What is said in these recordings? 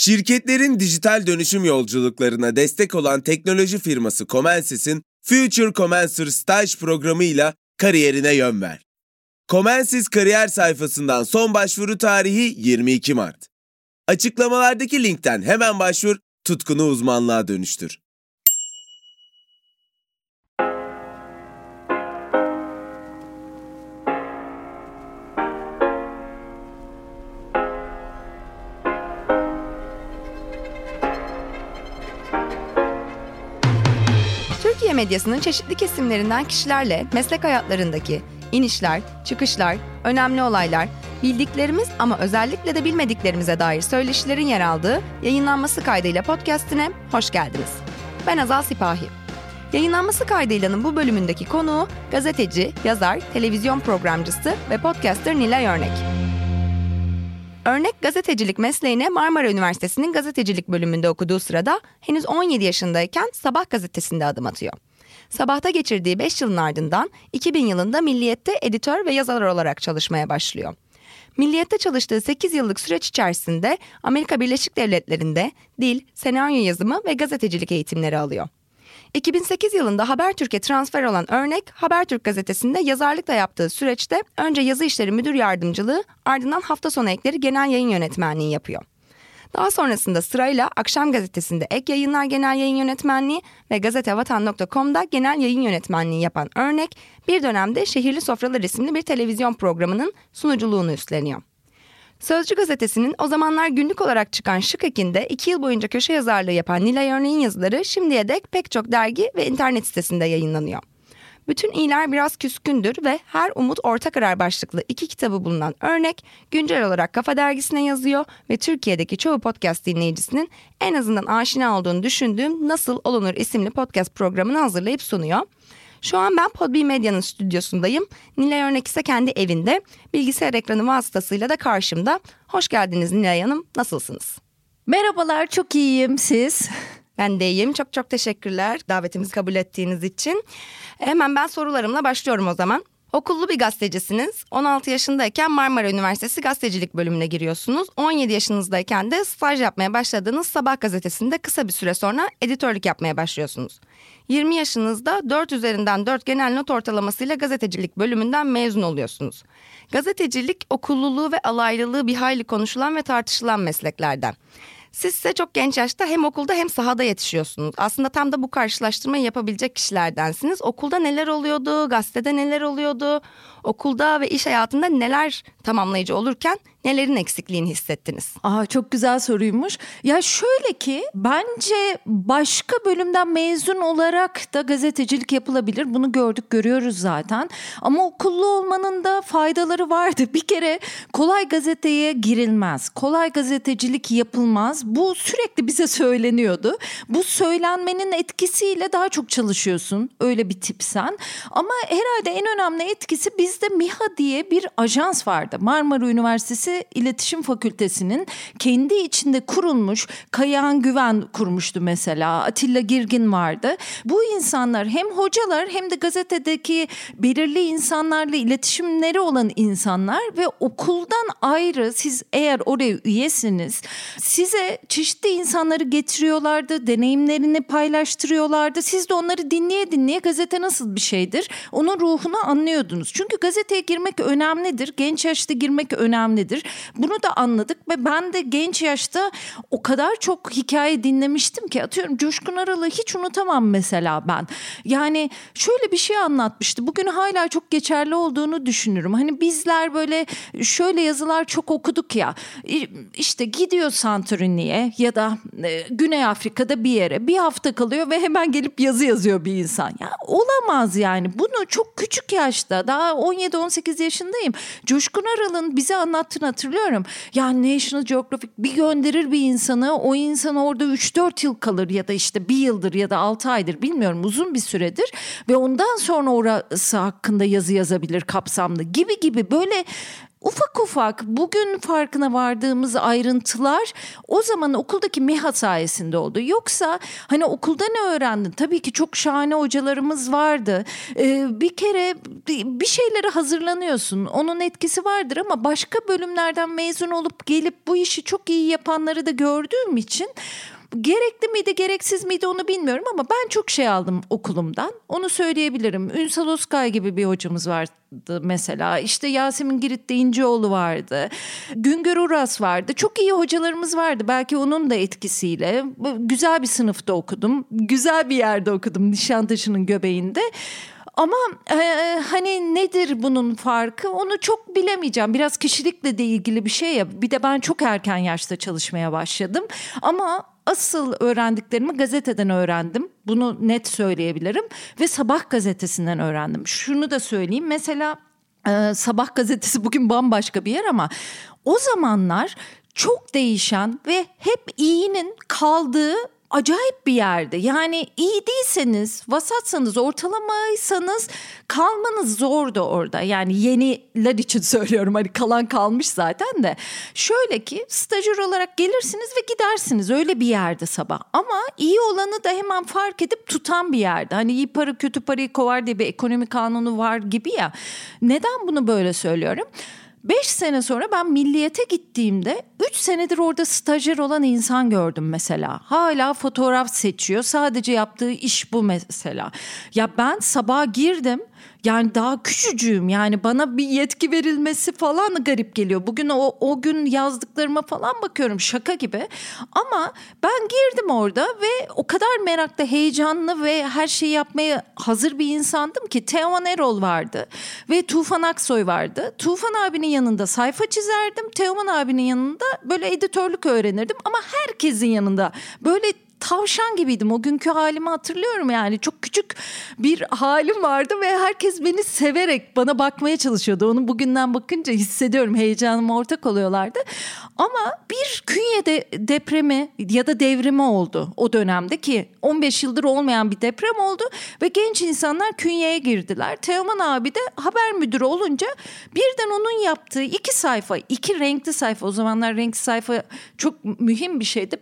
Şirketlerin dijital dönüşüm yolculuklarına destek olan teknoloji firması Comensys'in Future Comencer Staj programıyla kariyerine yön ver. Comensys kariyer sayfasından son başvuru tarihi 22 Mart. Açıklamalardaki linkten hemen başvur, tutkunu uzmanlığa dönüştür. Türkiye medyasının çeşitli kesimlerinden kişilerle meslek hayatlarındaki inişler, çıkışlar, önemli olaylar, bildiklerimiz ama özellikle de bilmediklerimize dair söyleşilerin yer aldığı yayınlanması kaydıyla podcast'ine hoş geldiniz. Ben Azal Sipahi. Yayınlanması kaydıylanın bu bölümündeki konuğu gazeteci, yazar, televizyon programcısı ve podcaster Nilay Örnek. Örnek gazetecilik mesleğine Marmara Üniversitesi'nin gazetecilik bölümünde okuduğu sırada henüz 17 yaşındayken Sabah gazetesinde adım atıyor. Sabah'ta geçirdiği 5 yılın ardından 2000 yılında Milliyet'te editör ve yazar olarak çalışmaya başlıyor. Milliyet'te çalıştığı 8 yıllık süreç içerisinde Amerika Birleşik Devletleri'nde dil, senaryo yazımı ve gazetecilik eğitimleri alıyor. 2008 yılında Habertürk'e transfer olan Örnek, Habertürk gazetesinde yazarlıkla yaptığı süreçte önce yazı işleri müdür yardımcılığı, ardından hafta sonu ekleri genel yayın yönetmenliği yapıyor. Daha sonrasında sırayla Akşam Gazetesi'nde Ek Yayınlar Genel Yayın Yönetmenliği ve gazetevatan.com'da genel yayın yönetmenliği yapan Örnek, bir dönemde Şehirli Sofralar isimli bir televizyon programının sunuculuğunu üstleniyor. Sözcü gazetesinin o zamanlar günlük olarak çıkan Şık Ekin'de 2 yıl boyunca köşe yazarlığı yapan Nilay Örnek'in yazıları şimdiye dek pek çok dergi ve internet sitesinde yayınlanıyor. Bütün iyiler biraz küskündür ve Her Umut Orta Karar başlıklı 2 kitabı bulunan Örnek, güncel olarak Kafa Dergisi'ne yazıyor ve Türkiye'deki çoğu podcast dinleyicisinin en azından aşina olduğunu düşündüğüm Nasıl Olunur isimli podcast programını hazırlayıp sunuyor. Şu an ben Podbi Medya'nın stüdyosundayım. Nilay Örnek ise kendi evinde, bilgisayar ekranı vasıtasıyla da karşımda. Hoş geldiniz Nilay Hanım, nasılsınız? Merhabalar, çok iyiyim, siz? Ben de iyiyim. Çok çok teşekkürler davetimizi kabul ettiğiniz için. Hemen ben sorularımla başlıyorum o zaman. Okullu bir gazetecisiniz. 16 yaşındayken Marmara Üniversitesi gazetecilik bölümüne giriyorsunuz. 17 yaşınızdayken de staj yapmaya başladığınız Sabah gazetesinde kısa bir süre sonra editörlük yapmaya başlıyorsunuz. 20 yaşınızda 4 üzerinden 4 genel not ortalamasıyla gazetecilik bölümünden mezun oluyorsunuz. Gazetecilik okulluluğu ve alaylılığı bir hayli konuşulan ve tartışılan mesleklerden. Siz ise çok genç yaşta hem okulda hem sahada yetişiyorsunuz. Aslında tam da bu karşılaştırmayı yapabilecek kişilerdensiniz. Okulda neler oluyordu, gazetede neler oluyordu, okulda ve iş hayatında neler tamamlayıcı olurken nelerin eksikliğini hissettiniz? Çok güzel soruymuş. Ya şöyle ki bence başka bölümden mezun olarak da gazetecilik yapılabilir. Bunu görüyoruz zaten. Ama okullu olmanın da faydaları vardı. Bir kere kolay gazeteye girilmez. Kolay gazetecilik yapılmaz. Bu sürekli bize söyleniyordu. Bu söylenmenin etkisiyle daha çok çalışıyorsun. Öyle bir tipsen. Ama herhalde en önemli etkisi bizde MİHA diye bir ajans vardı. Marmara Üniversitesi İletişim Fakültesi'nin kendi içinde kurulmuş, Kayahan Güven kurmuştu mesela, Atilla Girgin vardı. Bu insanlar hem hocalar hem de gazetedeki belirli insanlarla iletişimleri olan insanlar ve okuldan ayrı siz eğer oraya üyesiniz, size çeşitli insanları getiriyorlardı, deneyimlerini paylaştırıyorlardı. Siz de onları dinleye dinleye gazete nasıl bir şeydir, onun ruhunu anlıyordunuz. Çünkü gazeteye girmek önemlidir, genç yaşta girmek önemlidir. Bunu da anladık ve ben de genç yaşta o kadar çok hikaye dinlemiştim ki, atıyorum Coşkun Aral'ı hiç unutamam mesela ben. Yani şöyle bir şey anlatmıştı. Bugün hala çok geçerli olduğunu düşünürüm. Hani bizler böyle şöyle yazılar çok okuduk ya. İşte gidiyor Santorini'ye ya da Güney Afrika'da bir yere bir hafta kalıyor ve hemen gelip yazı yazıyor bir insan. Ya olamaz yani. Bunu çok küçük yaşta, daha 17-18 yaşındayım. Coşkun Aral'ın bize anlattığını hatırlıyorum. Yani National Geographic bir gönderir bir insanı, o insan orada 3-4 yıl kalır ya da işte 1 yıldır ya da 6 aydır, bilmiyorum, uzun bir süredir ve ondan sonra orası hakkında yazı yazabilir kapsamlı gibi böyle ufak ufak bugün farkına vardığımız ayrıntılar o zaman okuldaki MİHA sayesinde oldu. Yoksa hani okulda ne öğrendin? Tabii ki çok şahane hocalarımız vardı. Bir kere bir şeylere hazırlanıyorsun. Onun etkisi vardır ama başka bölümlerden mezun olup gelip bu işi çok iyi yapanları da gördüğüm için gerekli miydi, gereksiz miydi onu bilmiyorum ama ben çok şey aldım okulumdan. Onu söyleyebilirim. Ünsal Özkay gibi bir hocamız vardı mesela. İşte Yasemin Girit Deyinceoğlu vardı. Güngör Uras vardı. Çok iyi hocalarımız vardı. Belki onun da etkisiyle. Güzel bir sınıfta okudum. Güzel bir yerde okudum. Nişantaşı'nın göbeğinde. Ama hani nedir bunun farkı onu çok bilemeyeceğim. Biraz kişilikle de ilgili bir şey ya. Bir de ben çok erken yaşta çalışmaya başladım. Ama asıl öğrendiklerimi gazeteden öğrendim. Bunu net söyleyebilirim. Ve Sabah gazetesinden öğrendim. Şunu da söyleyeyim. Mesela Sabah gazetesi bugün bambaşka bir yer ama o zamanlar çok değişen ve hep iyinin kaldığı acayip bir yerde. Yani iyi değilseniz, vasatsanız, ortalamaysanız kalmanız zordu orada. Yani yeniler için söylüyorum. Hani kalan kalmış zaten de. Şöyle ki stajyer olarak gelirsiniz ve gidersiniz. Öyle bir yerde Sabah. Ama iyi olanı da hemen fark edip tutan bir yerde. Hani iyi para kötü parayı kovar diye bir ekonomi kanunu var gibi ya. Neden bunu böyle söylüyorum? 5 sene sonra ben Milliyet'e gittiğimde 3 senedir orada stajyer olan insan gördüm mesela. Hala fotoğraf seçiyor. Sadece yaptığı iş bu mesela. Ya ben Sabah'a girdim. Yani daha küçücüğüm, yani bana bir yetki verilmesi falan garip geliyor. Bugün o gün yazdıklarıma falan bakıyorum, şaka gibi. Ama ben girdim orada ve o kadar meraklı, heyecanlı ve her şeyi yapmaya hazır bir insandım ki Teoman Erol vardı ve Tufan Aksoy vardı. Tufan abinin yanında sayfa çizerdim. Teoman abinin yanında böyle editörlük öğrenirdim ama herkesin yanında böyle tavşan gibiydim. O günkü halimi hatırlıyorum yani. Çok küçük bir halim vardı ve herkes beni severek bana bakmaya çalışıyordu. Onu bugünden bakınca hissediyorum. Heyecanıma ortak oluyorlardı. Ama bir künye depremi ya da devrimi oldu o dönemde ki 15 yıldır olmayan bir deprem oldu ve genç insanlar künyeye girdiler. Teoman abi de haber müdürü olunca birden onun yaptığı 2 sayfa, 2 renkli sayfa, o zamanlar renkli sayfa çok mühim bir şeydi.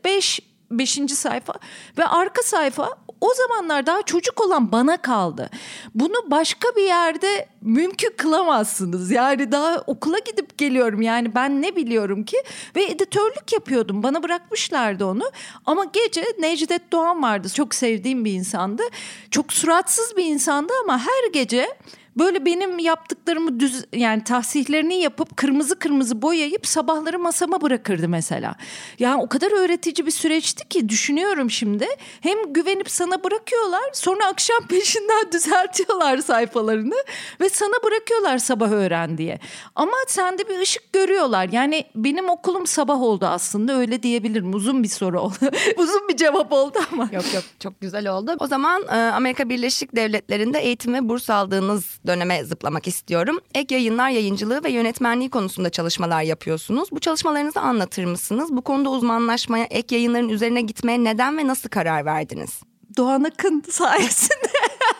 5. sayfa ve arka sayfa o zamanlar daha çocuk olan bana kaldı. Bunu başka bir yerde mümkün kılamazsınız. Yani daha okula gidip geliyorum, yani ben ne biliyorum ki, ve editörlük yapıyordum. Bana bırakmışlardı onu. Ama gece Necdet Doğan vardı. Çok sevdiğim bir insandı. Çok suratsız bir insandı ama her gece böyle benim yaptıklarımı yani tahsihlerini yapıp kırmızı boyayıp sabahları masama bırakırdı mesela. Yani o kadar öğretici bir süreçti ki düşünüyorum şimdi. Hem güvenip sana bırakıyorlar, sonra akşam peşinden düzeltiyorlar sayfalarını ve sana bırakıyorlar sabah öğren diye. Ama sende bir ışık görüyorlar. Yani benim okulum sabah oldu aslında, öyle diyebilirim. Uzun bir soru oldu. Uzun bir cevap oldu ama. Yok çok güzel oldu. O zaman Amerika Birleşik Devletleri'nde eğitim ve burs aldığınız döneme zıplamak istiyorum. Ek yayınlar yayıncılığı ve yönetmenliği konusunda çalışmalar yapıyorsunuz. Bu çalışmalarınızı anlatır mısınız? Bu konuda uzmanlaşmaya, ek yayınların üzerine gitmeye neden ve nasıl karar verdiniz? Doğan Akın sayesinde.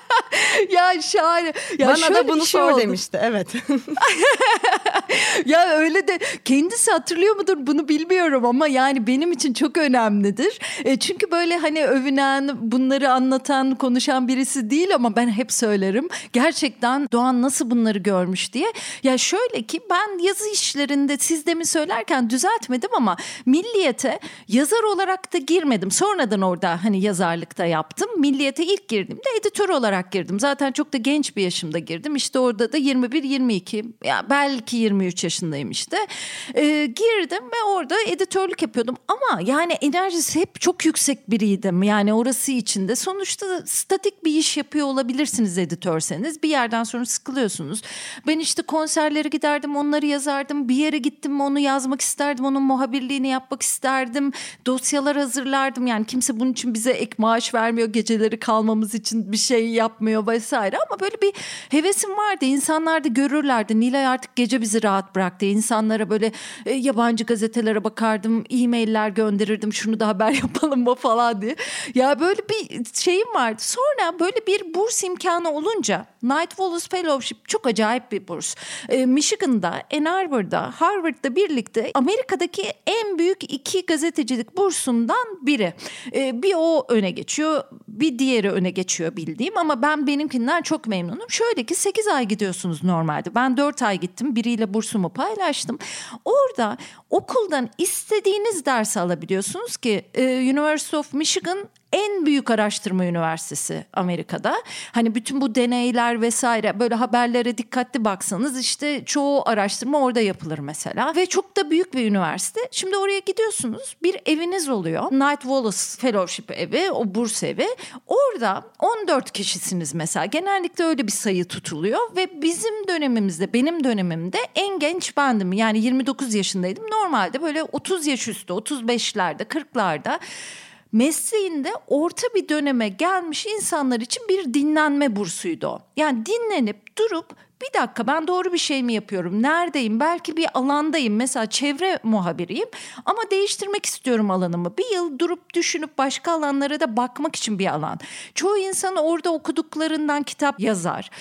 Ya şahane. Ya bana da bunu şey sor oldu. demişti. Evet. Ya öyle de kendisi hatırlıyor mudur bunu bilmiyorum ama yani benim için çok önemlidir. Çünkü böyle hani övünen, bunları anlatan, konuşan birisi değil ama ben hep söylerim. Gerçekten Doğan nasıl bunları görmüş diye. Ya şöyle ki ben yazı işlerinde siz demin söylerken düzeltmedim ama Milliyet'e yazar olarak da girmedim. Sonradan orada hani yazarlıkta yaptım. Milliyet'e ilk girdiğimde editör olarak girdim. Zaten çok da genç bir yaşımda girdim. İşte orada da 21-22 ya belki 23 yaşındayım işte. Girdim ve orada editörlük yapıyordum. Ama yani enerjisi hep çok yüksek biriydim. Yani orası içinde. Sonuçta statik bir iş yapıyor olabilirsiniz editörseniz. Bir yerden sonra sıkılıyorsunuz. Ben işte konserlere giderdim, onları yazardım. Bir yere gittim, onu yazmak isterdim. Onun muhabirliğini yapmak isterdim. Dosyalar hazırlardım. Yani kimse bunun için bize ek maaş vermiyor. Geceleri kalmamız için bir şey yapmıyor. vesaire ama böyle bir hevesim vardı. İnsanlar da görürlerdi. Nilay artık gece bizi rahat bıraktı. İnsanlara böyle yabancı gazetelere bakardım, e-mailler gönderirdim, şunu da haber yapalım mı falan diye. Ya böyle bir şeyim vardı. Sonra böyle bir burs imkanı olunca, Knight Wallace Fellowship çok acayip bir burs. Michigan'da, Ann Arbor'da, Harvard'da birlikte Amerika'daki en büyük 2 gazetecilik bursundan biri. Bir o öne geçiyor, bir diğeri öne geçiyor bildiğim ama ben benimkinden çok memnunum. Şöyle ki 8 ay gidiyorsunuz normalde. Ben 4 ay gittim, biriyle bursumu paylaştım. Orada okuldan istediğiniz dersi alabiliyorsunuz ki University of Michigan en büyük araştırma üniversitesi Amerika'da. Hani bütün bu deneyler vesaire, böyle haberlere dikkatli baksanız işte çoğu araştırma orada yapılır mesela. Ve çok da büyük bir üniversite. Şimdi oraya gidiyorsunuz, bir eviniz oluyor. Knight Wallace Fellowship evi, o burs evi. Orada 14 kişisiniz mesela. Genellikle öyle bir sayı tutuluyor ve bizim dönemimizde, benim dönemimde en genç bendim. Yani 29 yaşındaydım. Normalde böyle 30 yaş üstü, 35'lerde, 40'larda mesleğinde orta bir döneme gelmiş insanlar için bir dinlenme bursuydu o. Yani dinlenip durup bir dakika, ben doğru bir şey mi yapıyorum? Neredeyim? Belki bir alandayım. Mesela çevre muhabiriyim ama değiştirmek istiyorum alanımı. Bir yıl durup düşünüp başka alanlara da bakmak için bir alan. Çoğu insan orada okuduklarından kitap yazar.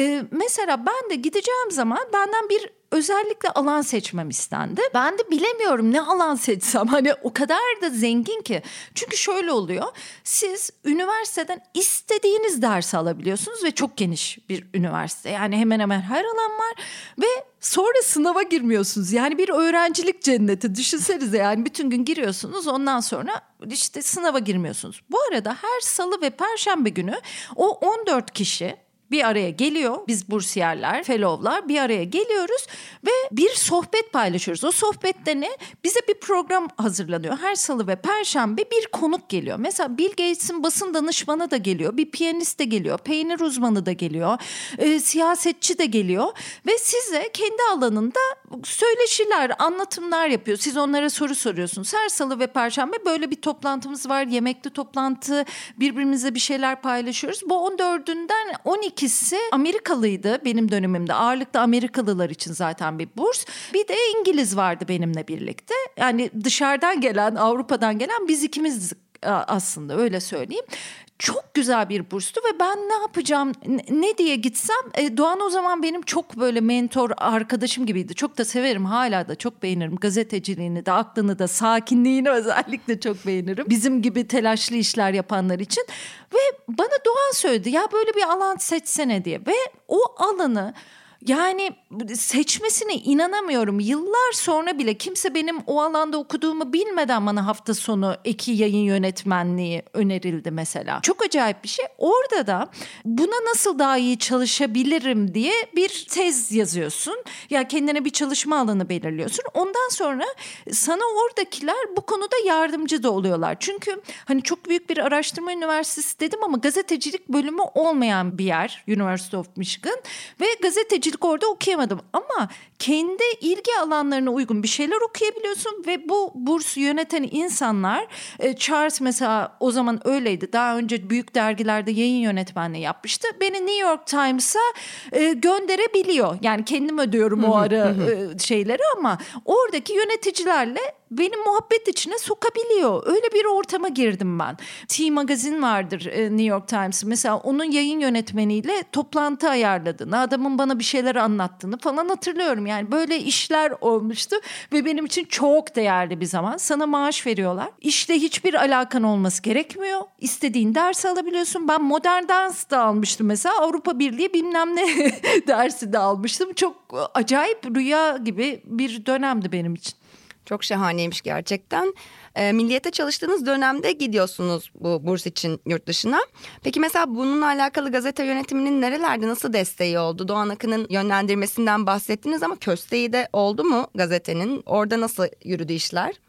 Mesela ben de gideceğim zaman benden bir özellikle alan seçmem istendi. Ben de bilemiyorum ne alan seçsem. Hani o kadar da zengin ki. Çünkü şöyle oluyor. Siz üniversiteden istediğiniz dersi alabiliyorsunuz ve çok geniş bir üniversite. Yani hemen hemen her alan var ve sonra sınava girmiyorsunuz. Yani bir öğrencilik cenneti. Düşünsenize, yani bütün gün giriyorsunuz, ondan sonra işte sınava girmiyorsunuz. Bu arada her salı ve perşembe günü o 14 kişi bir araya geliyor. Biz bursiyerler, fellow'lar bir araya geliyoruz ve bir sohbet paylaşıyoruz. O sohbette ne? Bize bir program hazırlanıyor. Her salı ve perşembe bir konuk geliyor. Mesela Bill Gates'in basın danışmanı da geliyor. Bir piyanist de geliyor. Peynir uzmanı da geliyor. Siyasetçi de geliyor. Ve size kendi alanında söyleşiler, anlatımlar yapıyor. Siz onlara soru soruyorsunuz. Her salı ve perşembe böyle bir toplantımız var. Yemekli toplantı. Birbirimize bir şeyler paylaşıyoruz. Bu 14'ünden 12'si Amerikalıydı benim dönemimde. Ağırlıklı Amerikalılar için zaten bir burs. Bir de İngiliz vardı benimle birlikte. Yani dışarıdan gelen, Avrupa'dan gelen biz ikimiz aslında, öyle söyleyeyim. Çok güzel bir burstu ve ben ne yapacağım, ne diye gitsem, Doğan o zaman benim çok böyle mentor arkadaşım gibiydi. Çok da severim, hala da çok beğenirim. Gazeteciliğini de, aklını da, sakinliğini özellikle çok beğenirim. Bizim gibi telaşlı işler yapanlar için. Ve bana Doğan söyledi, ya böyle bir alan seçsene diye. Ve o alanı, yani seçmesine inanamıyorum. Yıllar sonra bile kimse benim o alanda okuduğumu bilmeden bana hafta sonu Eki yayın yönetmenliği önerildi mesela. Çok acayip bir şey. Orada da buna nasıl daha iyi çalışabilirim diye bir tez yazıyorsun. Ya kendine bir çalışma alanı belirliyorsun. Ondan sonra sana oradakiler bu konuda yardımcı da oluyorlar. Çünkü hani çok büyük bir araştırma üniversitesi dedim ama gazetecilik bölümü olmayan bir yer, University of Michigan, ve gazetecilik orada okuyamadım ama kendi ilgi alanlarına uygun bir şeyler okuyabiliyorsun ve bu bursu yöneten insanlar, Charles mesela o zaman öyleydi, daha önce büyük dergilerde yayın yönetmenliği yapmıştı, beni New York Times'a gönderebiliyor. Yani kendim ödüyorum o ara şeyleri ama oradaki yöneticilerle beni muhabbet içine sokabiliyor. Öyle bir ortama girdim ben. T-Magazine vardır New York Times. Mesela onun yayın yönetmeniyle toplantı ayarladığını, adamın bana bir şeyler anlattığını falan hatırlıyorum. Yani böyle işler olmuştu ve benim için çok değerli bir zaman. Sana maaş veriyorlar. İşle hiçbir alakan olması gerekmiyor. İstediğin dersi alabiliyorsun. Ben modern dans da almıştım mesela. Avrupa Birliği bilmem ne dersi de almıştım. Çok acayip, rüya gibi bir dönemdi benim için. Çok şahaneymiş gerçekten. Milliyet'te çalıştığınız dönemde gidiyorsunuz bu burs için yurt dışına. Peki mesela bununla alakalı gazete yönetiminin nerelerde nasıl desteği oldu? Doğan Akın'ın yönlendirmesinden bahsettiniz ama kösteği de oldu mu gazetenin? Orada nasıl yürüdü işler?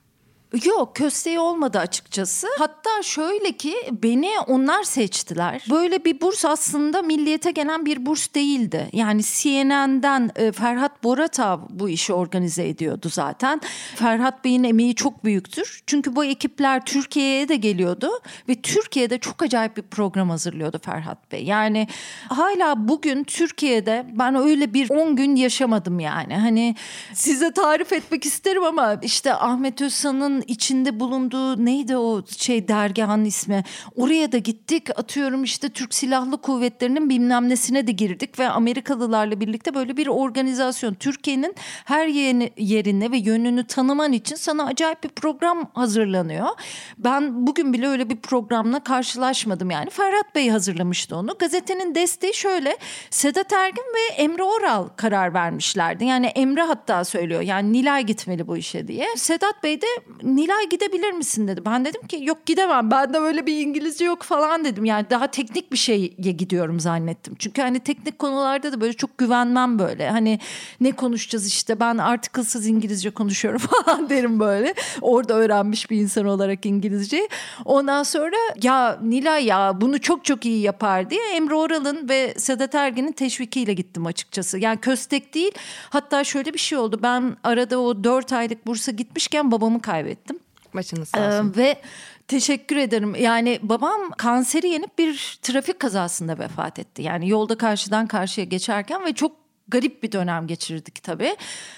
Yok, kösteği olmadı açıkçası. Hatta şöyle ki beni onlar seçtiler. Böyle bir burs aslında Milliyet'e gelen bir burs değildi. Yani CNN'den Ferhat Boratav bu işi organize ediyordu zaten. Ferhat Bey'in emeği çok büyüktür. Çünkü bu ekipler Türkiye'ye de geliyordu ve Türkiye'de çok acayip bir program hazırlıyordu Ferhat Bey. Yani hala bugün Türkiye'de ben öyle bir 10 gün yaşamadım yani. Hani size tarif etmek isterim ama işte Ahmet Özsan'ın içinde bulunduğu neydi o dergahın ismi, oraya da gittik, atıyorum işte Türk Silahlı Kuvvetleri'nin bilmem nesine de girdik ve Amerikalılarla birlikte böyle bir organizasyon, Türkiye'nin her yerine ve yönünü tanıman için sana acayip bir program hazırlanıyor. Ben bugün bile öyle bir programla karşılaşmadım yani. Ferhat Bey hazırlamıştı onu. Gazetenin desteği şöyle, Sedat Ergin ve Emre Oral karar vermişlerdi. Yani Emre hatta söylüyor yani Nilay gitmeli bu işe diye. Sedat Bey de Nilay gidebilir misin dedi. Ben dedim ki yok gidemem. Bende böyle bir İngilizce yok falan dedim. Yani daha teknik bir şeye gidiyorum zannettim. Çünkü hani teknik konularda da böyle çok güvenmem böyle. Hani ne konuşacağız işte, ben articlesız İngilizce konuşuyorum falan derim böyle. Orada öğrenmiş bir insan olarak İngilizceyi. Ondan sonra ya Nilay ya bunu çok çok iyi yapar diye Emre Oral'ın ve Sedat Ergin'in teşvikiyle gittim açıkçası. Yani köstek değil. Hatta şöyle bir şey oldu. Ben arada o 4 aylık bursa gitmişken babamı kaybettim. Başınız sağ olsun. Ve teşekkür ederim. Yani babam kanseri yenip bir trafik kazasında vefat etti. Yani yolda karşıdan karşıya geçerken ve çok garip bir dönem geçirdik tabii.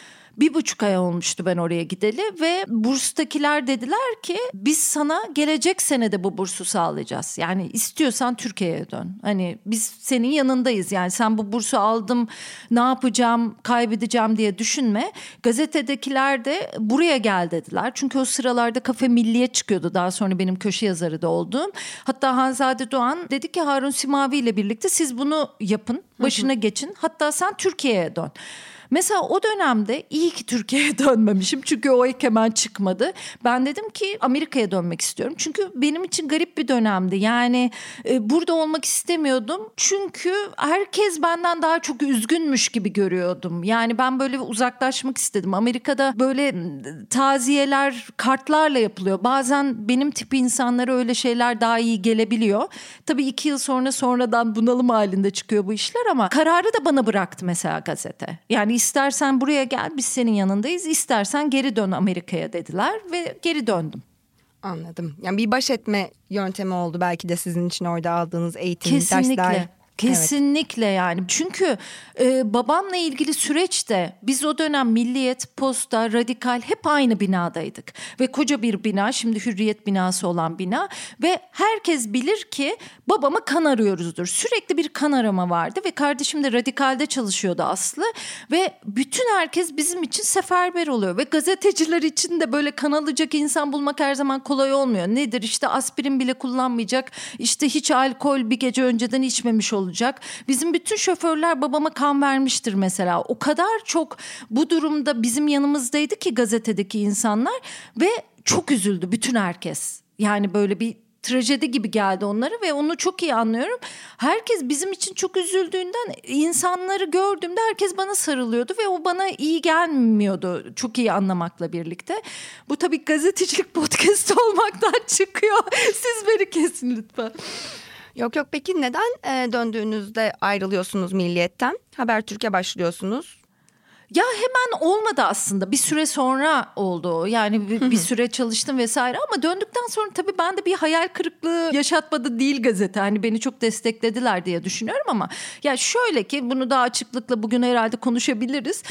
1,5 ay olmuştu ben oraya gideli ve burstakiler dediler ki biz sana gelecek sene de bu bursu sağlayacağız. Yani istiyorsan Türkiye'ye dön. Hani biz senin yanındayız. Yani sen bu bursu aldım, ne yapacağım, kaybedeceğim diye düşünme. Gazetedekiler de buraya gel dediler. Çünkü o sıralarda Kafe Milliye çıkıyordu. Daha sonra benim köşe yazarı da olduğum. Hatta Hanzade Doğan dedi ki Harun Simavi ile birlikte siz bunu yapın, başına geçin. Hatta sen Türkiye'ye dön. Mesela o dönemde iyi ki Türkiye'ye dönmemişim çünkü o ek hemen çıkmadı. Ben dedim ki Amerika'ya dönmek istiyorum. Çünkü benim için garip bir dönemdi. Yani burada olmak istemiyordum. Çünkü herkes benden daha çok üzgünmüş gibi görüyordum. Yani ben böyle uzaklaşmak istedim. Amerika'da böyle taziyeler kartlarla yapılıyor. Bazen benim tip insanlara öyle şeyler daha iyi gelebiliyor. Tabii 2 yıl sonradan bunalım halinde çıkıyor bu işler ama kararı da bana bıraktı mesela gazete. Yani İstersen buraya gel biz senin yanındayız, istersen geri dön Amerika'ya dediler ve geri döndüm. Anladım. Yani bir baş etme yöntemi oldu belki de sizin için orada aldığınız eğitim, Kesinlikle. dersler. Kesinlikle evet. Yani çünkü babamla ilgili süreçte biz o dönem Milliyet, Posta, Radikal hep aynı binadaydık. Ve koca bir bina, şimdi Hürriyet binası olan bina ve herkes bilir ki babamı kan arıyoruzdur. Sürekli bir kan arama vardı ve kardeşim de Radikal'de çalışıyordu Aslı ve bütün herkes bizim için seferber oluyor ve gazeteciler için de böyle kan alacak insan bulmak her zaman kolay olmuyor. Nedir işte aspirin bile kullanmayacak, işte hiç alkol bir gece önceden içmemiş olacak. Bizim bütün şoförler babama kan vermiştir mesela. O kadar çok bu durumda bizim yanımızdaydı ki gazetedeki insanlar ve çok üzüldü bütün herkes. Yani böyle bir trajedi gibi geldi onlara ve onu çok iyi anlıyorum. Herkes bizim için çok üzüldüğünden insanları gördüğümde herkes bana sarılıyordu ve o bana iyi gelmiyordu. Çok iyi anlamakla birlikte. Bu tabii gazetecilik podcast olmaktan çıkıyor. Siz beni kesin lütfen. Yok peki neden döndüğünüzde ayrılıyorsunuz Milliyet'ten? Habertürk'e başlıyorsunuz. Ya hemen olmadı aslında, bir süre sonra oldu yani bir süre çalıştım vesaire ama döndükten sonra tabii ben de bir hayal kırıklığı yaşatmadı değil gazete, hani beni çok desteklediler diye düşünüyorum ama ya şöyle ki bunu daha açıklıkla bugün herhalde konuşabiliriz.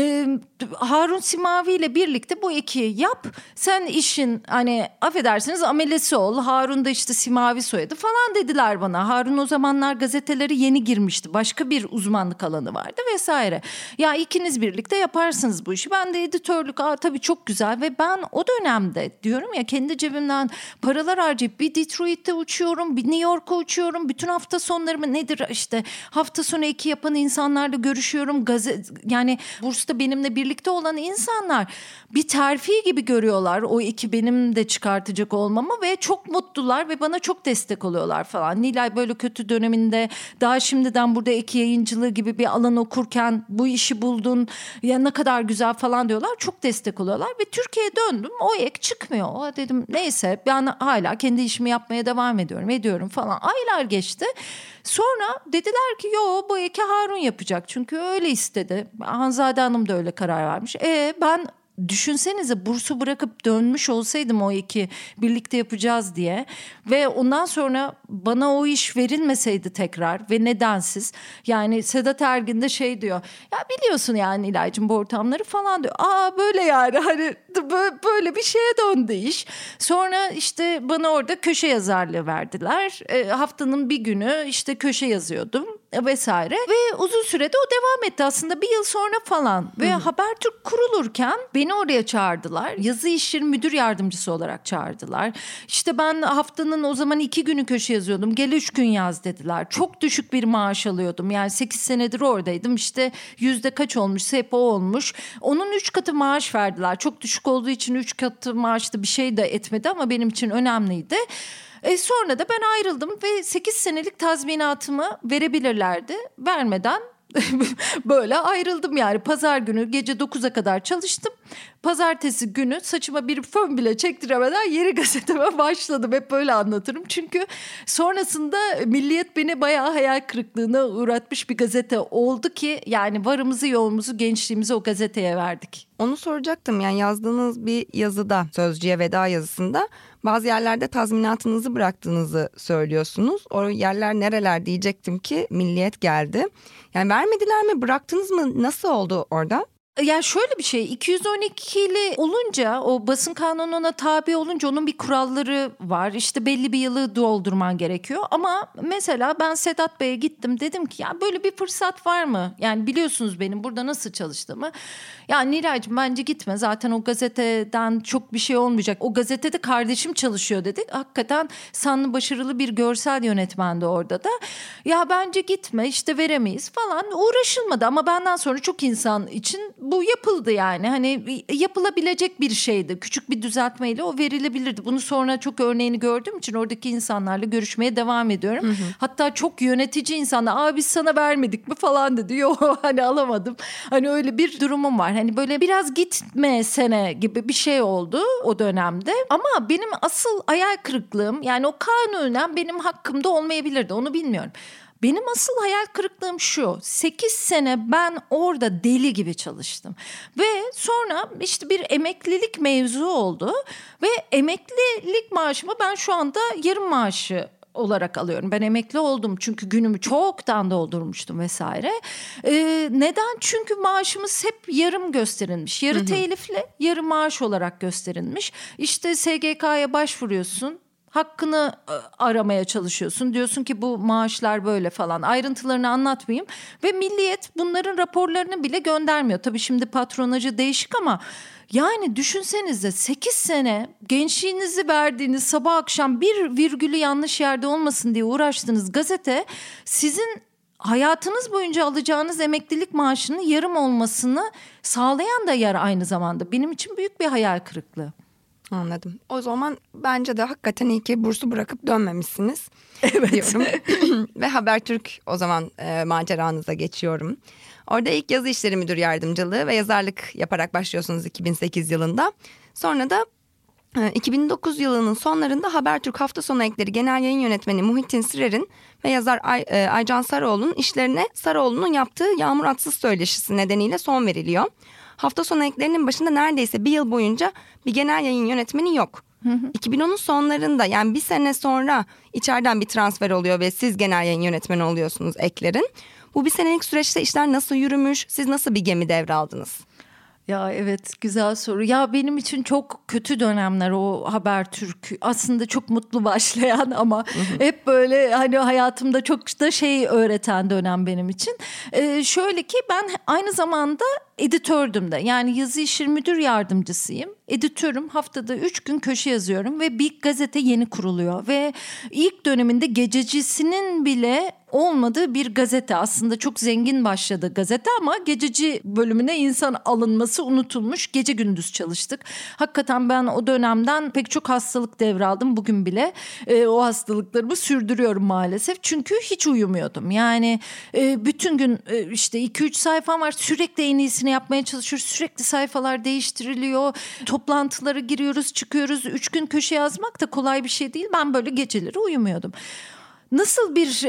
Harun Simavi ile birlikte bu eki yap, sen işin hani affedersiniz amelesi ol, Harun da işte Simavi soyadı falan dediler bana. Harun o zamanlar gazeteleri yeni girmişti, başka bir uzmanlık alanı vardı vesaire. Ya ikiniz birlikte yaparsınız bu işi. Ben de editörlük tabii çok güzel ve ben o dönemde diyorum ya kendi cebimden paralar harcayıp bir Detroit'te uçuyorum, bir New York'a uçuyorum. Bütün hafta sonlarımı nedir işte hafta sonu eki yapan insanlarla görüşüyorum. Yani bursta benimle birlikte olan insanlar bir terfi gibi görüyorlar o eki benim de çıkartacak olmamı ve çok mutlular ve bana çok destek oluyorlar falan. Nilay böyle kötü döneminde daha şimdiden burada eki yayıncılığı gibi bir alan okurken bu işi buldun. Ya ne kadar güzel falan diyorlar. Çok destek oluyorlar ve Türkiye'ye döndüm. O ek çıkmıyor. Dedim neyse ben hala kendi işimi yapmaya devam ediyorum falan. Aylar geçti. Sonra dediler ki yo bu eki Harun yapacak. Çünkü öyle istedi. Hanzade Hanım da öyle karar vermiş. Ben düşünsenize bursu bırakıp dönmüş olsaydım o iki birlikte yapacağız diye ve ondan sonra bana o iş verilmeseydi tekrar ve nedensiz, yani Sedat Ergin de şey diyor ya biliyorsun yani İlaycığım bu ortamları falan diyor. Böyle yani hani böyle bir şeye döndü iş. Sonra işte bana orada köşe yazarlığı verdiler. Haftanın bir günü işte köşe yazıyordum vesaire ve uzun sürede o devam etti aslında bir yıl sonra falan ve Habertürk kurulurken beni oraya çağırdılar. Yazı işleri müdür yardımcısı olarak çağırdılar. İşte ben haftanın o zaman 2 günü köşe yazıyordum. Gel 3 gün yaz dediler. Çok düşük bir maaş alıyordum. Yani 8 senedir oradaydım. İşte yüzde kaç olmuş? Hep o olmuş. Onun 3 katı maaş verdiler. Çok düşük olduğu için 3 katı maaşta bir şey de etmedi ama benim için önemliydi. Sonra da ben ayrıldım ve 8 senelik tazminatımı verebilirlerdi. Vermeden böyle ayrıldım yani. Pazar günü gece 9'a kadar çalıştım. Pazartesi günü saçıma bir fön bile çektiremeden yeni gazeteme başladım. Hep böyle anlatırım. Çünkü sonrasında Milliyet beni bayağı hayal kırıklığına uğratmış bir gazete oldu ki yani varımızı yoğumuzu gençliğimizi o gazeteye verdik. Onu soracaktım, yani yazdığınız bir yazıda, Sözcü'ye veda yazısında bazı yerlerde tazminatınızı bıraktığınızı söylüyorsunuz. O yerler nereler diyecektim ki Milliyet geldi. Yani vermediler mi, bıraktınız mı, nasıl oldu orada? Ya şöyle bir şey, 212'li olunca, o basın kanununa tabi olunca onun bir kuralları var. İşte belli bir yılı doldurman gerekiyor. Ama mesela ben Sedat Bey'e gittim, dedim ki ya böyle bir fırsat var mı? Yani biliyorsunuz benim burada nasıl çalıştığımı. Ya Nilay'cığım bence gitme, zaten o gazeteden çok bir şey olmayacak. O gazetede kardeşim çalışıyor dedik. Hakikaten sanlı başarılı bir görsel yönetmendi orada da. Ya bence gitme, işte veremeyiz falan, uğraşılmadı. Ama benden sonra çok insan için bu yapıldı yani. Hani yapılabilecek bir şeydi. Küçük bir düzeltmeyle o verilebilirdi. Bunu sonra çok örneğini gördüğüm için oradaki insanlarla görüşmeye devam ediyorum. Hatta çok yönetici insanlar biz sana vermedik mi falan dedi. Yok hani alamadım. Hani öyle bir durumum var. Hani böyle biraz gitmesene gibi bir şey oldu o dönemde. Ama benim asıl hayal kırıklığım, yani o kanunen benim hakkımda olmayabilirdi. Onu bilmiyorum. Benim asıl hayal kırıklığım şu: 8 sene ben orada deli gibi çalıştım. Ve sonra işte bir emeklilik mevzu oldu. Ve emeklilik maaşımı ben şu anda yarım maaşı olarak alıyorum. Ben emekli oldum çünkü günümü çoktan doldurmuştum vesaire. Neden? Çünkü maaşımız hep yarım gösterilmiş. Yarı telifli, yarı maaş olarak gösterilmiş. İşte SGK'ya başvuruyorsun. Hakkını aramaya çalışıyorsun. Diyorsun ki bu maaşlar böyle falan. Ayrıntılarını anlatmayayım. Ve Milliyet bunların raporlarını bile göndermiyor. Tabii şimdi patronajı değişik ama yani düşünsenize 8 sene gençliğinizi verdiğiniz, sabah akşam bir virgülü yanlış yerde olmasın diye uğraştığınız gazete sizin hayatınız boyunca alacağınız emeklilik maaşının yarım olmasını sağlayan da yer aynı zamanda. Benim için büyük bir hayal kırıklığı. Anladım. O zaman bence de hakikaten iyi ki bursu bırakıp dönmemişsiniz. Evet. Diyorum. Ve Habertürk o zaman maceranıza geçiyorum. Orada ilk yazı işleri müdür yardımcılığı ve yazarlık yaparak başlıyorsunuz 2008 yılında. Sonra da 2009 yılının sonlarında Habertürk hafta sonu ekleri genel yayın yönetmeni Muhittin Sirer'in ve yazar Aycan Sarıoğlu'nun işlerine Sarıoğlu'nun yaptığı Yağmur Atsız söyleşisi nedeniyle son veriliyor. Hafta sonu eklerinin başında neredeyse bir yıl boyunca bir genel yayın yönetmeni yok. 2010'un sonlarında, yani bir sene sonra içeriden bir transfer oluyor ve siz genel yayın yönetmeni oluyorsunuz eklerin. Bu bir senelik süreçte işler nasıl yürümüş? Siz nasıl bir gemi devraldınız? Ya evet, güzel soru. Ya benim için çok kötü dönemler o Habertürk. Aslında çok mutlu başlayan ama hep böyle hani hayatımda çok da şey öğreten dönem benim için. Şöyle ki ben aynı zamanda editördüm de. Yani yazı işleri müdür yardımcısıyım. Editörüm, haftada 3 gün köşe yazıyorum ve bir gazete yeni kuruluyor. Ve ilk döneminde gececisinin bile olmadığı bir gazete. Aslında çok zengin başladı gazete ama gececi bölümüne insan alınması unutulmuş. Gece gündüz çalıştık. Hakikaten ben o dönemden pek çok hastalık devraldım. Bugün bile o hastalıklarımı sürdürüyorum maalesef. Çünkü hiç uyumuyordum. Yani bütün gün işte 2-3 sayfam var. Sürekli en iyisini iyisini yapmaya çalışıyoruz. Sürekli sayfalar değiştiriliyor. Toplantılara giriyoruz, çıkıyoruz. 3 gün köşe yazmak da kolay bir şey değil. Ben böyle geceleri uyumuyordum. Nasıl bir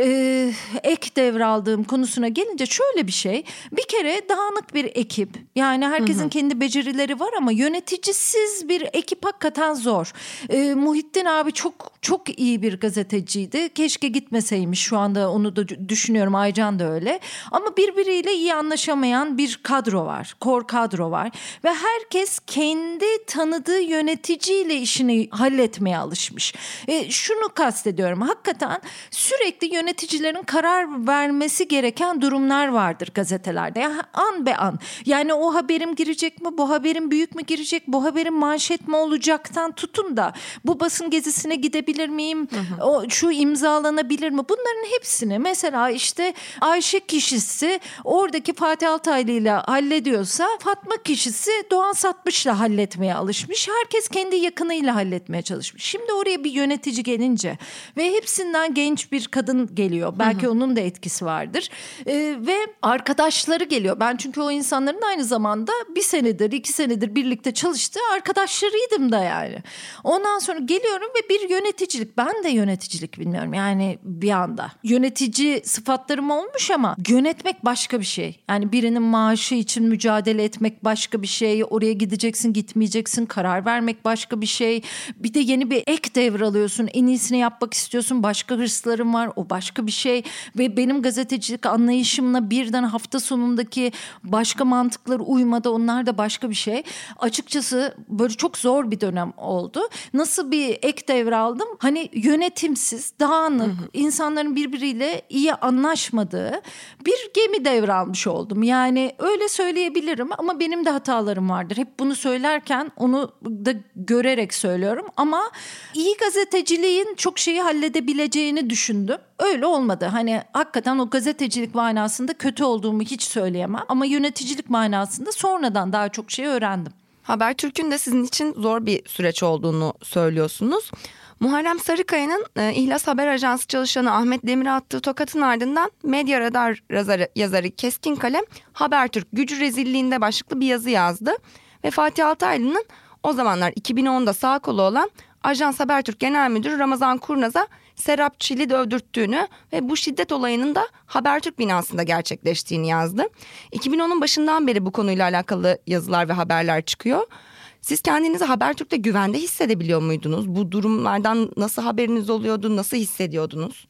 ek devraldığım konusuna gelince şöyle bir şey. Bir kere dağınık bir ekip. Yani herkesin kendi becerileri var ama yöneticisiz bir ekip hakikaten zor. Muhittin abi çok iyi bir gazeteciydi. Keşke gitmeseymiş, şu anda onu da düşünüyorum. Aycan da öyle. Ama birbiriyle iyi anlaşamayan bir kadro var. Core kadro var. Ve herkes kendi tanıdığı yöneticiyle işini halletmeye alışmış. Şunu kastediyorum. Hakikaten sürekli yöneticilerin karar vermesi gereken durumlar vardır gazetelerde. Yani an be an. Yani o haberim girecek mi? Bu haberim büyük mü girecek? Bu haberin manşet mi olacaktan tutun da bu basın gezisine gidebilir miyim? Şu imzalanabilir mi? Bunların hepsini mesela işte Ayşe kişisi oradaki Fatih Altaylı ile hallediyorsa Fatma kişisi Doğan Satmış'la halletmeye alışmış. Herkes kendi yakınıyla halletmeye çalışmış. Şimdi oraya bir yönetici gelince ve hepsinden genç bir kadın geliyor. Belki onun da etkisi vardır. Ve arkadaşları geliyor. Ben çünkü o insanların aynı zamanda 1 senedir, 2 senedir birlikte çalıştığı arkadaşlarıydım da yani. Ondan sonra geliyorum ve bir yöneticilik. Ben de yöneticilik bilmiyorum yani bir anda. Yönetici sıfatlarım olmuş ama yönetmek başka bir şey. Yani birinin maaşı için mücadele etmek başka bir şey. Oraya gideceksin, gitmeyeceksin. Karar vermek başka bir şey. Bir de yeni bir ek devralıyorsun. En iyisini yapmak istiyorsun. Başka hırsların var, o başka bir şey ve benim gazetecilik anlayışımla birden hafta sonundaki başka mantıklar uymadı, onlar da başka bir şey. Açıkçası böyle çok zor bir dönem oldu. Nasıl bir ek devraldım? Hani yönetimsiz, dağınık, insanların birbiriyle iyi anlaşmadığı bir gemi devralmış oldum. Yani öyle söyleyebilirim ama benim de hatalarım vardır. Hep bunu söylerken onu da görerek söylüyorum ama iyi gazeteciliğin çok şeyi halledebileceğini düşündüm. Öyle olmadı. Hani hakikaten o gazetecilik manasında kötü olduğumu hiç söyleyemem. Ama yöneticilik manasında sonradan daha çok şey öğrendim. Habertürk'ün de sizin için zor bir süreç olduğunu söylüyorsunuz. Muharrem Sarıkaya'nın İhlas Haber Ajansı çalışanı Ahmet Demir'e attığı tokatın ardından Medya Radar yazarı Keskin Kalem Habertürk gücü rezilliğinde başlıklı bir yazı yazdı. Ve Fatih Altaylı'nın o zamanlar 2010'da sağ kolu olan Ajans Habertürk Genel Müdürü Ramazan Kurnaz'a Serap Çil'i dövdürttüğünü ve bu şiddet olayının da Habertürk binasında gerçekleştiğini yazdı. 2010'un başından beri bu konuyla alakalı yazılar ve haberler çıkıyor. Siz kendinizi Habertürk'te güvende hissedebiliyor muydunuz? Bu durumlardan nasıl haberiniz oluyordu? Nasıl hissediyordunuz?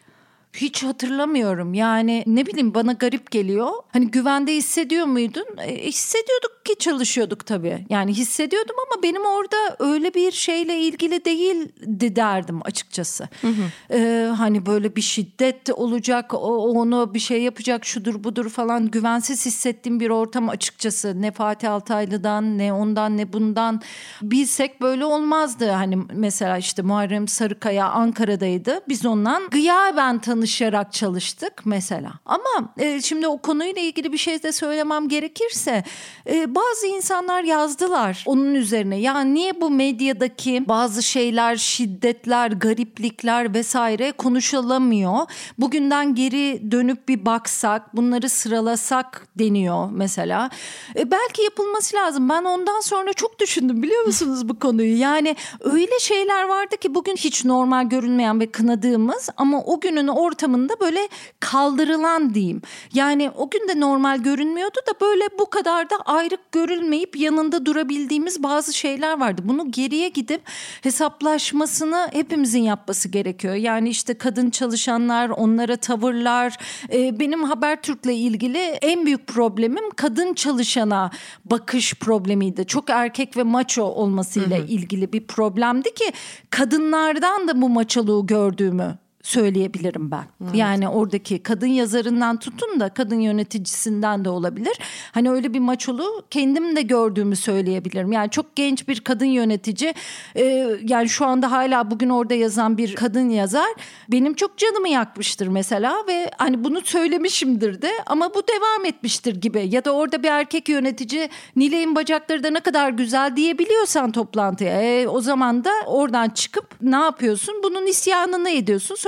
Hiç hatırlamıyorum yani ne bileyim bana garip geliyor. Hani güvende hissediyor muydun? Hissediyorduk ki çalışıyorduk tabii. Yani hissediyordum ama benim orada öyle bir şeyle ilgili değildi derdim açıkçası. Hani böyle bir şiddet olacak, onu bir şey yapacak, şudur budur falan güvensiz hissettiğim bir ortam açıkçası. Ne Fatih Altaylı'dan ne ondan ne bundan bilsek böyle olmazdı. Hani mesela işte Muharrem Sarıkaya Ankara'daydı. Biz ondan gıyaben tanışarak çalıştık mesela. Ama şimdi o konuyla ilgili bir şey de söylemem gerekirse bazı insanlar yazdılar onun üzerine. Ya niye bu medyadaki bazı şeyler, şiddetler, gariplikler vesaire konuşulamıyor? Bugünden geri dönüp bir baksak, bunları sıralasak deniyor mesela. Belki yapılması lazım. Ben ondan sonra çok düşündüm biliyor musunuz bu konuyu? Yani öyle şeyler vardı ki bugün hiç normal görünmeyen ve kınadığımız ama o günün ortamında böyle kaldırılan diyeyim. Yani o gün de normal görünmüyordu da böyle bu kadar da ayrık görülmeyip yanında durabildiğimiz bazı şeyler vardı. Bunu geriye gidip hesaplaşmasını hepimizin yapması gerekiyor. Yani işte kadın çalışanlar, onlara tavırlar. Benim Habertürk'le ilgili en büyük problemim kadın çalışana bakış problemiydi. Çok erkek ve maço olmasıyla ilgili bir problemdi ki kadınlardan da bu maçoluğu gördüğümü söyleyebilirim ben. Evet. Yani oradaki kadın yazarından tutun da kadın yöneticisinden de olabilir. Hani öyle bir maçolu kendim de gördüğümü söyleyebilirim. Yani çok genç bir kadın yönetici yani şu anda hala bugün orada yazan bir kadın yazar benim çok canımı yakmıştır mesela ve hani bunu söylemişimdir de ama bu devam etmiştir gibi. Ya da orada bir erkek yönetici Nilay'ın bacakları da ne kadar güzel diyebiliyorsan toplantıya o zaman da oradan çıkıp ne yapıyorsun? Bunun isyanını ediyorsun. Sonra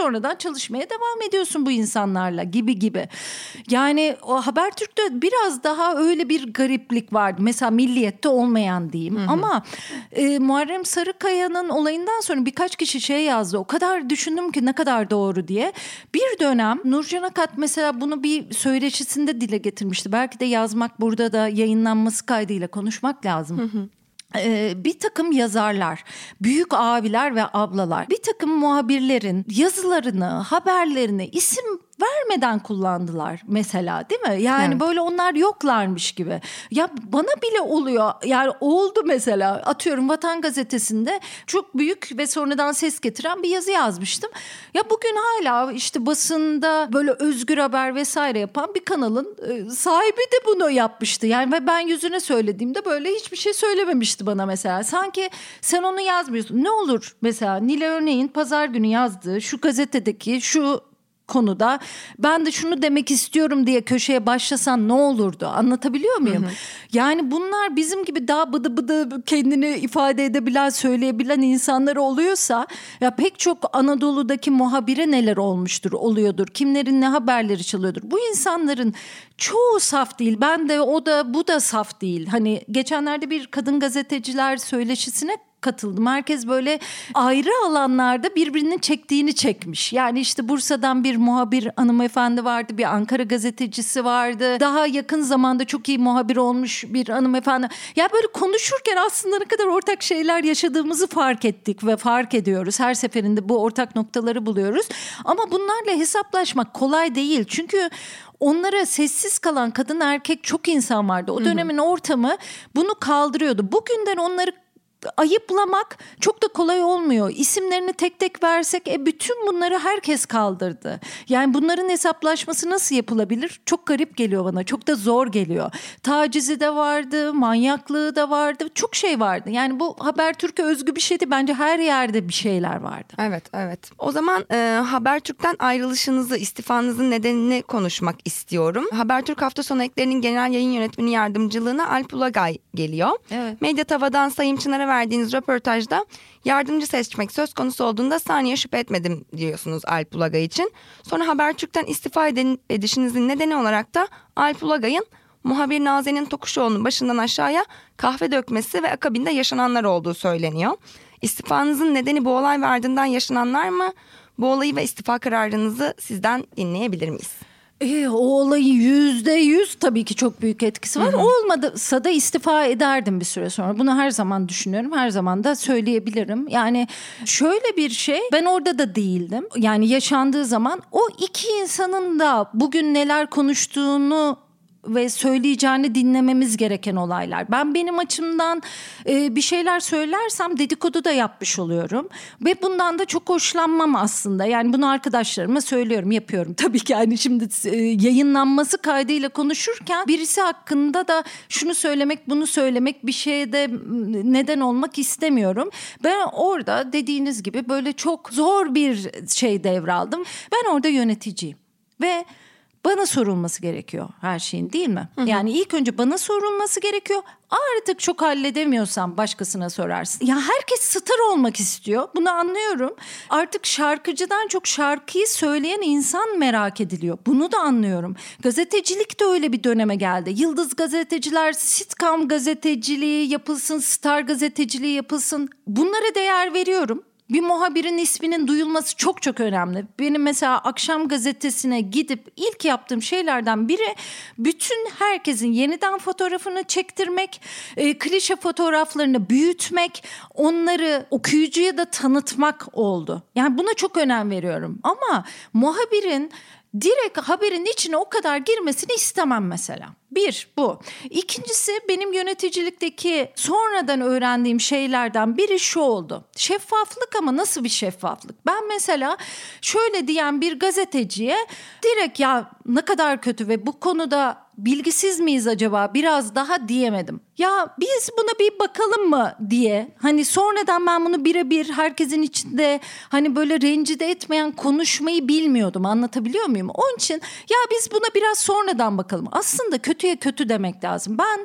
sonradan çalışmaya devam ediyorsun bu insanlarla gibi. Yani o Habertürk'te biraz daha öyle bir gariplik vardı. Mesela Milliyet'te olmayan diyeyim. Ama Muharrem Sarıkaya'nın olayından sonra birkaç kişi şey yazdı. O kadar düşündüm ki ne kadar doğru diye. Bir dönem Nurcan Akat mesela bunu bir söyleşisinde dile getirmişti. Belki de yazmak, burada da yayınlanması kaydıyla konuşmak lazım. Bir takım yazarlar, büyük abiler ve ablalar, bir takım muhabirlerin yazılarını, haberlerini isim vermeden kullandılar mesela, değil mi? Yani evet. Böyle onlar yoklarmış gibi. Ya bana bile oluyor. Yani oldu mesela. Atıyorum Vatan Gazetesi'nde çok büyük ve sonradan ses getiren bir yazı yazmıştım. Ya bugün hala işte basında böyle Özgür Haber vesaire yapan bir kanalın sahibi de bunu yapmıştı. Yani ve ben yüzüne söylediğimde böyle hiçbir şey söylememişti bana mesela. Sanki sen onu yazmıyorsun. Ne olur mesela Nilay Örneğin pazar günü yazdığı şu gazetedeki şu konuda ben de şunu demek istiyorum diye köşeye başlasan ne olurdu? Anlatabiliyor muyum? Yani bunlar bizim gibi daha bıdı bıdı kendini ifade edebilen, söyleyebilen insanlar oluyorsa ya pek çok Anadolu'daki muhabire neler olmuştur, oluyordur. Kimlerin ne haberleri çalıyordur. Bu insanların çoğu saf değil. Ben de o da bu da saf değil. Hani geçenlerde bir kadın gazeteciler söyleşisine katıldım. Herkes böyle ayrı alanlarda birbirinin çektiğini çekmiş. Yani işte Bursa'dan bir muhabir hanımefendi vardı, bir Ankara gazetecisi vardı. Daha yakın zamanda çok iyi muhabir olmuş bir hanımefendi. Ya böyle konuşurken aslında ne kadar ortak şeyler yaşadığımızı fark ettik ve fark ediyoruz. Her seferinde bu ortak noktaları buluyoruz. Ama bunlarla hesaplaşmak kolay değil. Çünkü onlara sessiz kalan kadın erkek çok insan vardı. O dönemin ortamı bunu kaldırıyordu. Bugünden onları ayıplamak çok da kolay olmuyor. İsimlerini tek tek versek bütün bunları herkes kaldırdı. Yani bunların hesaplaşması nasıl yapılabilir? Çok garip geliyor bana. Çok da zor geliyor. Tacizi de vardı, manyaklığı da vardı. Çok şey vardı. Yani bu Habertürk'e özgü bir şeydi. Bence her yerde bir şeyler vardı. Evet. O zaman Habertürk'ten ayrılışınızı, istifanızın nedenini konuşmak istiyorum. Habertürk hafta sonu eklerinin genel yayın yönetmeni yardımcılığına Alp Ulagay geliyor. Evet. Medyatava'dan Sayın Çınar'a verdiğiniz röportajda yardımcı seçmek söz konusu olduğunda saniye şüphe etmedim diyorsunuz Alp Ulagay için. Sonra Habertürk'ten istifa edişinizin nedeni olarak da Alp Ulagay'ın muhabir Nazenin Tokuşoğlu'nun başından aşağıya kahve dökmesi ve akabinde yaşananlar olduğu söyleniyor. İstifanızın nedeni bu olay ve ardından yaşananlar mı? Bu olayı ve istifa kararınızı sizden dinleyebilir miyiz? O olayı %100 tabii ki çok büyük etkisi var. Olmadıysa da istifa ederdim bir süre sonra. Bunu her zaman düşünüyorum. Her zaman da söyleyebilirim. Yani şöyle bir şey, ben orada da değildim. Yani yaşandığı zaman o iki insanın da bugün neler konuştuğunu ve söyleyeceğini dinlememiz gereken olaylar. Ben benim açımdan bir şeyler söylersem dedikodu da yapmış oluyorum. Ve bundan da çok hoşlanmam aslında. Yani bunu arkadaşlarıma söylüyorum, yapıyorum. Tabii ki yani şimdi yayınlanması kaydıyla konuşurken birisi hakkında da şunu söylemek, bunu söylemek, bir şeye de neden olmak istemiyorum. Ben orada dediğiniz gibi böyle çok zor bir şey devraldım. Ben orada yöneticiyim ve bana sorulması gerekiyor her şeyin, değil mi? Yani ilk önce bana sorulması gerekiyor. Artık çok halledemiyorsan başkasına sorarsın. Ya herkes star olmak istiyor. Bunu anlıyorum. Artık şarkıcıdan çok şarkıyı söyleyen insan merak ediliyor. Bunu da anlıyorum. Gazetecilik de öyle bir döneme geldi. Yıldız gazeteciler, sitcom gazeteciliği yapılsın, star gazeteciliği yapılsın. Bunlara değer veriyorum. Bir muhabirin isminin duyulması çok çok önemli. Benim mesela Akşam Gazetesi'ne gidip ilk yaptığım şeylerden biri bütün herkesin yeniden fotoğrafını çektirmek, klişe fotoğraflarını büyütmek, onları okuyucuya da tanıtmak oldu. Yani buna çok önem veriyorum. Ama muhabirin direkt haberin içine o kadar girmesini istemem mesela. Bir, bu. İkincisi, benim yöneticilikteki sonradan öğrendiğim şeylerden biri şu oldu. Şeffaflık, ama nasıl bir şeffaflık? Ben mesela şöyle diyen bir gazeteciye direkt ya ne kadar kötü ve bu konuda bilgisiz miyiz acaba biraz daha diyemedim. Ya biz buna bir bakalım mı diye, hani sonradan ben bunu birebir herkesin içinde hani böyle rencide etmeyen konuşmayı bilmiyordum, anlatabiliyor muyum? Onun için ya biz buna biraz sonradan bakalım. Aslında kötüye kötü demek lazım. Ben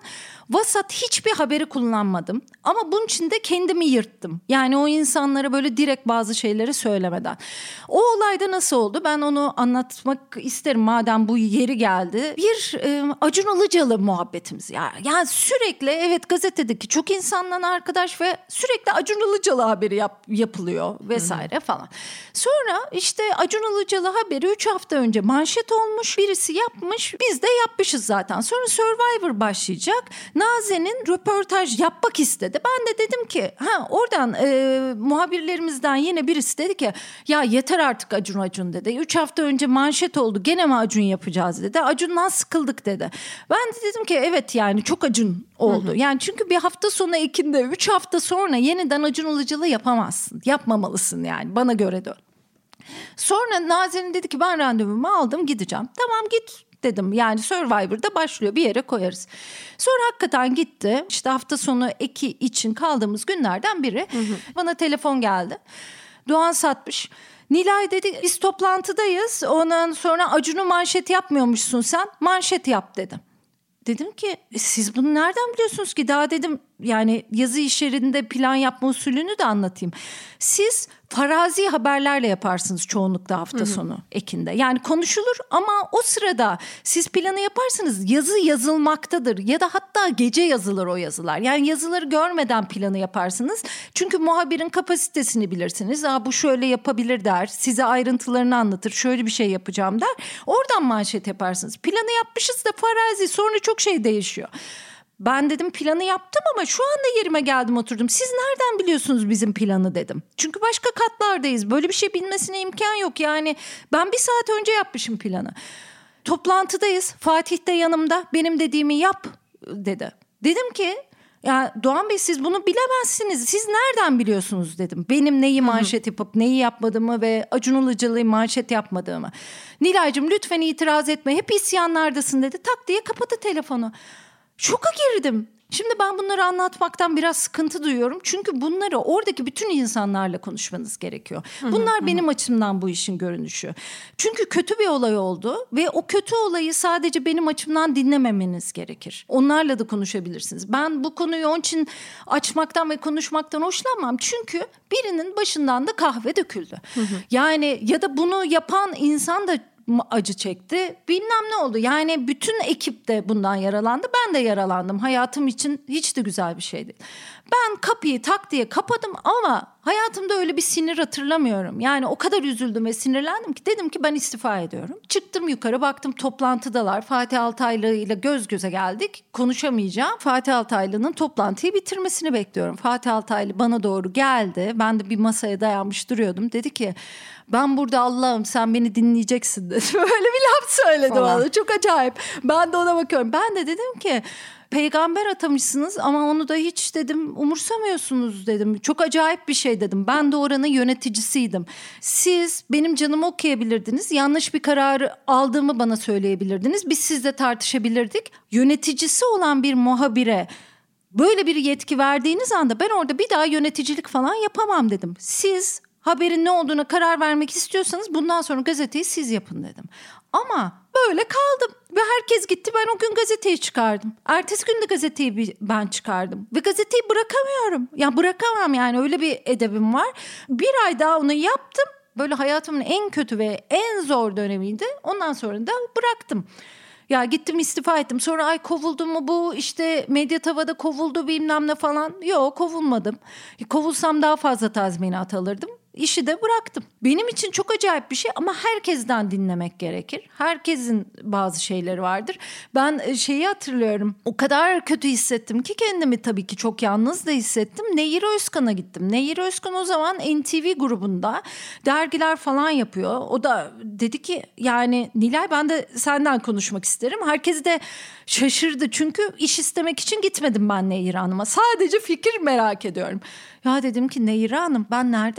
Vasat hiçbir haberi kullanmadım. Ama bunun için de kendimi yırttım. Yani o insanlara böyle direkt bazı şeyleri söylemeden. O olayda nasıl oldu? Ben onu anlatmak isterim madem bu yeri geldi. Bir Acun Ilıcalı muhabbetimiz. Yani sürekli evet gazetedeki çok insanla arkadaş ve sürekli Acun Ilıcalı haberi yapılıyor vesaire falan. Sonra işte Acun Ilıcalı haberi 3 hafta önce manşet olmuş. Birisi yapmış. Biz de yapmışız zaten. Sonra Survivor başlayacak. Nazen'in röportaj yapmak istedi. Ben de dedim ki oradan muhabirlerimizden yine birisi dedi ki ya yeter artık Acun dedi. 3 hafta önce manşet oldu. Gene mi Acun yapacağız dedi. Acun'dan sıkıldık dedi. Ben de dedim ki evet yani çok Acun oldu. Yani çünkü bir hafta sonu ekinde 3 hafta sonra yeniden Acun Ilıcalı yapamazsın. Yapmamalısın yani bana göre de. Sonra Nazen'in dedi ki ben randevumu aldım gideceğim. Tamam git dedim. Yani Survivor'da başlıyor bir yere koyarız. Sonra hakikaten gitti. İşte hafta sonu eki için kaldığımız günlerden biri. Bana telefon geldi. Doğan Satmış. Nilay dedi biz toplantıdayız. Ondan sonra Acun'u manşet yapmıyormuşsun sen. Manşet yap dedim. Dedim ki siz bunu nereden biliyorsunuz ki? Daha dedim yani yazı iş yerinde plan yapma usulünü de anlatayım. Siz farazi haberlerle yaparsınız çoğunlukla hafta sonu ekinde. Yani konuşulur ama o sırada siz planı yaparsınız yazı yazılmaktadır. Ya da hatta gece yazılır o yazılar. Yani yazıları görmeden planı yaparsınız. Çünkü muhabirin kapasitesini bilirsiniz. Bu şöyle yapabilir der. Size ayrıntılarını anlatır. Şöyle bir şey yapacağım der. Oradan manşet yaparsınız. Planı yapmışız da farazi sonra çok şey değişiyor. Ben dedim planı yaptım ama şu anda yerime geldim oturdum. Siz nereden biliyorsunuz bizim planı dedim. Çünkü başka katlardayız. Böyle bir şey bilmesine imkan yok. Yani ben bir saat önce yapmışım planı. Toplantıdayız. Fatih de yanımda. Benim dediğimi yap dedi. Dedim ki ya Doğan Bey siz bunu bilemezsiniz. Siz nereden biliyorsunuz dedim. Benim neyi manşet yapıp neyi yapmadığımı ve Acun Ilıcalı'yı manşet yapmadığımı. Nilay'cığım lütfen itiraz etme. Hep isyanlardasın dedi. Tak diye kapadı telefonu. Şoka girdim. Şimdi ben bunları anlatmaktan biraz sıkıntı duyuyorum. Çünkü bunları oradaki bütün insanlarla konuşmanız gerekiyor. Bunlar benim açımdan bu işin görünüşü. Çünkü kötü bir olay oldu ve o kötü olayı sadece benim açımdan dinlememeniz gerekir. Onlarla da konuşabilirsiniz. Ben bu konuyu onun için açmaktan ve konuşmaktan hoşlanmam. Çünkü birinin başından da kahve döküldü. Yani ya da bunu yapan insan da acı çekti. Bilmem ne oldu. Yani bütün ekip de bundan yaralandı. Ben de yaralandım. Hayatım için hiç de güzel bir şey değil. Ben kapıyı tak diye kapadım ama hayatımda öyle bir sinir hatırlamıyorum. Yani o kadar üzüldüm ve sinirlendim ki dedim ki ben istifa ediyorum. Çıktım yukarı baktım toplantıdalar. Fatih Altaylı ile göz göze geldik. Konuşamayacağım. Fatih Altaylı'nın toplantıyı bitirmesini bekliyorum. Fatih Altaylı bana doğru geldi. Ben de bir masaya dayanmış duruyordum. Dedi ki ben burada Allah'ım sen beni dinleyeceksin dedi. Böyle bir laf söyledi bana. Çok acayip. Ben de ona bakıyorum. Ben de dedim ki peygamber atamışsınız ama onu da hiç dedim umursamıyorsunuz dedim. Çok acayip bir şey dedim. Ben de oranın yöneticisiydim. Siz benim canımı okuyabilirdiniz. Yanlış bir kararı aldığımı bana söyleyebilirdiniz. Biz sizle tartışabilirdik. Yöneticisi olan bir muhabire böyle bir yetki verdiğiniz anda ben orada bir daha yöneticilik falan yapamam dedim. Siz haberin ne olduğuna karar vermek istiyorsanız bundan sonra gazeteyi siz yapın dedim. Ama böyle kaldım ve herkes gitti ben o gün gazeteyi çıkardım. Ertesi gün de gazeteyi ben çıkardım ve gazeteyi bırakamıyorum. Ya bırakamam yani öyle bir edebim var. Bir ay daha onu yaptım. Böyle hayatımın en kötü ve en zor dönemiydi. Ondan sonra da bıraktım. Ya gittim istifa ettim. Sonra ay kovuldum mu bu işte Medyatava'da kovuldu bilmem ne falan. Yok kovulmadım. Kovulsam daha fazla tazminat alırdım. İşi de bıraktım. Benim için çok acayip bir şey ama herkesten dinlemek gerekir. Herkesin bazı şeyleri vardır. Ben şeyi hatırlıyorum. O kadar kötü hissettim ki kendimi tabii ki çok yalnız da hissettim. Nehir Özkan'a gittim. Nehir Özkan o zaman NTV grubunda dergiler falan yapıyor. O da dedi ki yani Nilay ben de senden konuşmak isterim. Herkes de şaşırdı çünkü iş istemek için gitmedim ben Nehir Hanım'a. Sadece fikir merak ediyorum. Ya dedim ki Nehir Hanım ben nerede hata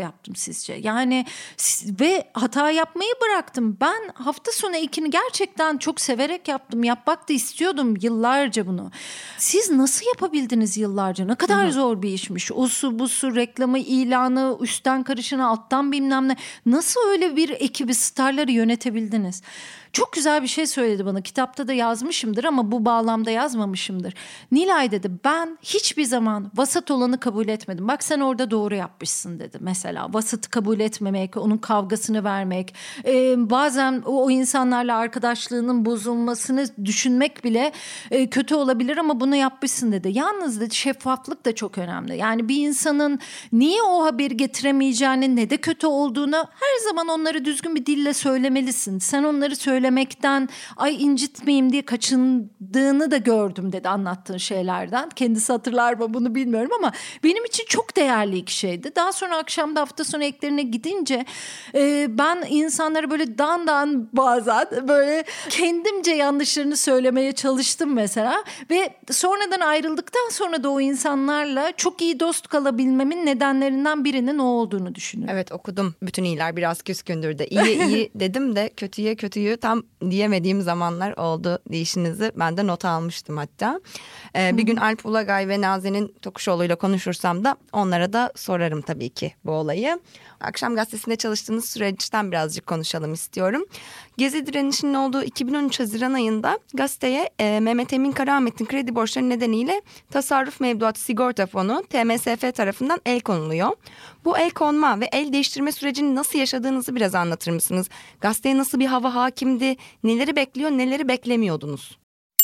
yaptım sizce? Yani ve hata yapmayı bıraktım. Ben hafta sonu ekini gerçekten çok severek yaptım. Yapmak da istiyordum yıllarca bunu. Siz nasıl yapabildiniz yıllarca? Ne kadar zor bir işmiş. O su bu su, reklamı, ilanı, üstten karışını, alttan bilmem ne. Nasıl öyle bir ekibi, starları yönetebildiniz? Çok güzel bir şey söyledi bana. Kitapta da yazmışımdır ama bu bağlamda yazmamışımdır. Nilay dedi, ben hiçbir zaman vasat olanı kabul etmedim. Bak sen orada doğru yapmışsın dedi mesela. Vasatı kabul etmemek, onun kavgasını vermek. Bazen o insanlarla arkadaşlığının bozulmasını düşünmek bile kötü olabilir ama bunu yapmışsın dedi. Yalnız dedi şeffaflık da çok önemli. Yani bir insanın niye o haberi getiremeyeceğini, ne de kötü olduğunu her zaman onları düzgün bir dille söylemelisin. Sen onları söylemekten incitmeyeyim diye kaçındığını da gördüm dedi anlattığın şeylerden. Kendisi hatırlar mı bunu bilmiyorum ama benim için çok değerli iki şeydi. Daha sonra akşamda hafta sonu eklerine gidince ben insanlara böyle dan bazen böyle kendimce yanlışlarını söylemeye çalıştım mesela ve sonradan ayrıldıktan sonra da o insanlarla çok iyi dost kalabilmemin nedenlerinden birinin o olduğunu düşünüyorum. Evet, okudum. Bütün iyiler biraz küskündür de. İyi dedim de kötüyü tam diyemediğim zamanlar oldu deyişinizi ben de not almıştım hatta. Bir gün Alp Ulagay ve Nazenin Tokuşoğlu'yla konuşursam da onlara da sorarım tabii ki bu olayı. Akşam Gazetesi'nde çalıştığınız süreçten birazcık konuşalım istiyorum. Gezi direnişinin olduğu 2013 Haziran ayında gazeteye Mehmet Emin Karaahmet'in kredi borçları nedeniyle Tasarruf Mevduat Sigorta Fonu TMSF tarafından el konuluyor. Bu el konma ve el değiştirme sürecini nasıl yaşadığınızı biraz anlatır mısınız? Gazeteye nasıl bir hava hakimdi? Neleri bekliyor, neleri beklemiyordunuz?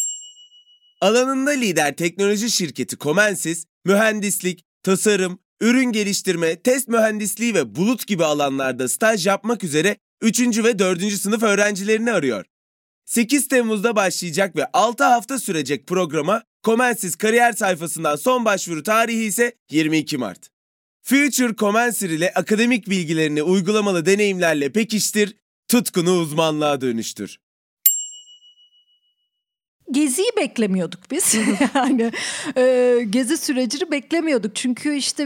Alanında lider teknoloji şirketi Comensis, mühendislik, tasarım, ürün geliştirme, test mühendisliği ve bulut gibi alanlarda staj yapmak üzere 3. ve 4. sınıf öğrencilerini arıyor. 8 Temmuz'da başlayacak ve 6 hafta sürecek programa Comensis kariyer sayfasından son başvuru tarihi ise 22 Mart. Future Comensir ile akademik bilgilerini uygulamalı deneyimlerle pekiştir, tutkunu uzmanlığa dönüştür. Geziyi beklemiyorduk biz. Yani gezi sürecini beklemiyorduk. Çünkü işte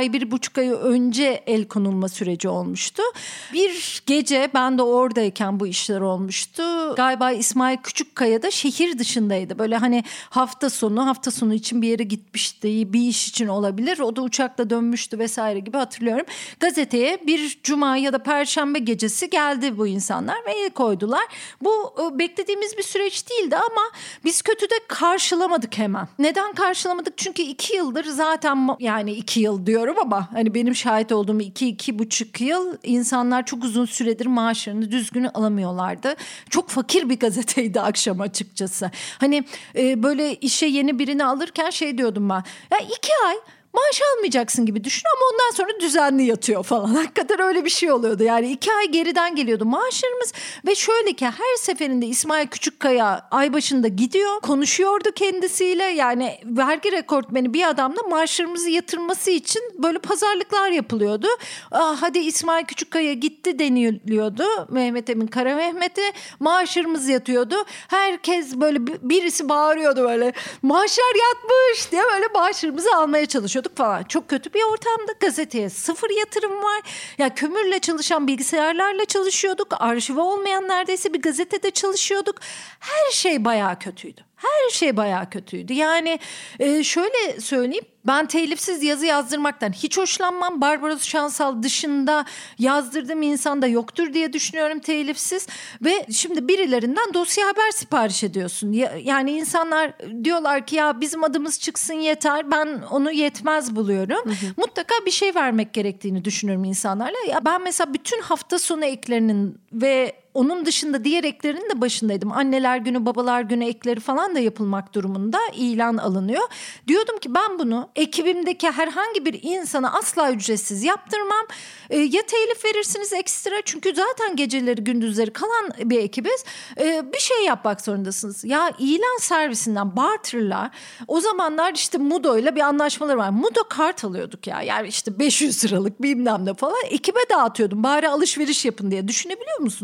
1,5 ay önce el konulma süreci olmuştu. Bir gece ben de oradayken bu işler olmuştu. Galiba İsmail Küçükkaya da şehir dışındaydı. Böyle hani hafta sonu için bir yere gitmişti. Bir iş için olabilir. O da uçakla dönmüştü vesaire gibi hatırlıyorum. Gazeteye bir cuma ya da perşembe gecesi geldi bu insanlar ve el koydular. Bu beklediğimiz bir süreç değildi ama biz kötü de karşılamadık hemen. Neden karşılamadık? Çünkü 2 yıldır zaten, yani 2 yıl diyorum ama hani benim şahit olduğum 2,5 yıl insanlar çok uzun süredir maaşlarını düzgün alamıyorlardı. Çok fakir bir gazeteydi akşam açıkçası. Hani böyle işe yeni birini alırken şey diyordum ben. Ya 2 ay maaş almayacaksın gibi düşün ama ondan sonra düzenli yatıyor falan. Hakikaten öyle bir şey oluyordu. Yani 2 ay geriden geliyordu maaşlarımız ve şöyle ki her seferinde İsmail Küçükkaya ay başında gidiyor, konuşuyordu kendisiyle. Yani vergi rekortmeni bir adamla maaşlarımızı yatırması için böyle pazarlıklar yapılıyordu. Hadi İsmail Küçükkaya gitti deniliyordu. Mehmet Emin Kara Mehmet'e maaşlarımız yatıyordu. Herkes böyle birisi bağırıyordu böyle maaşlar yatmış diye böyle maaşlarımızı almaya çalışıyorduk falan. Çok kötü bir ortamda, gazeteye 0 yatırım var. Ya kömürle çalışan bilgisayarlarla çalışıyorduk. Arşivi olmayan neredeyse bir gazetede çalışıyorduk. Her şey bayağı kötüydü. Her şey bayağı kötüydü. Yani şöyle söyleyeyim. Ben telifsiz yazı yazdırmaktan hiç hoşlanmam. Barbaros Şansal dışında yazdırdığım insan da yoktur diye düşünüyorum telifsiz. Ve şimdi birilerinden dosya haber sipariş ediyorsun. Yani insanlar diyorlar ki ya bizim adımız çıksın yeter. Ben onu yetmez buluyorum. Mutlaka bir şey vermek gerektiğini düşünüyorum insanlarla. Ya ben mesela bütün hafta sonu eklerinin ve onun dışında diğer eklerinin de başındaydım. Anneler günü, babalar günü ekleri falan da yapılmak durumunda ilan alınıyor. Diyordum ki ben bunu ekibimdeki herhangi bir insana asla ücretsiz yaptırmam. Ya telif verirsiniz ekstra çünkü zaten geceleri gündüzleri kalan bir ekibiz. Bir şey yapmak zorundasınız. Ya ilan servisinden barterlar. O zamanlar işte Mudo'yla bir anlaşmaları var. Mudo kart alıyorduk ya. Yani işte 500 liralık bilmem ne falan. Ekibe dağıtıyordum. Bari alışveriş yapın diye. Düşünebiliyor musunuz? Ya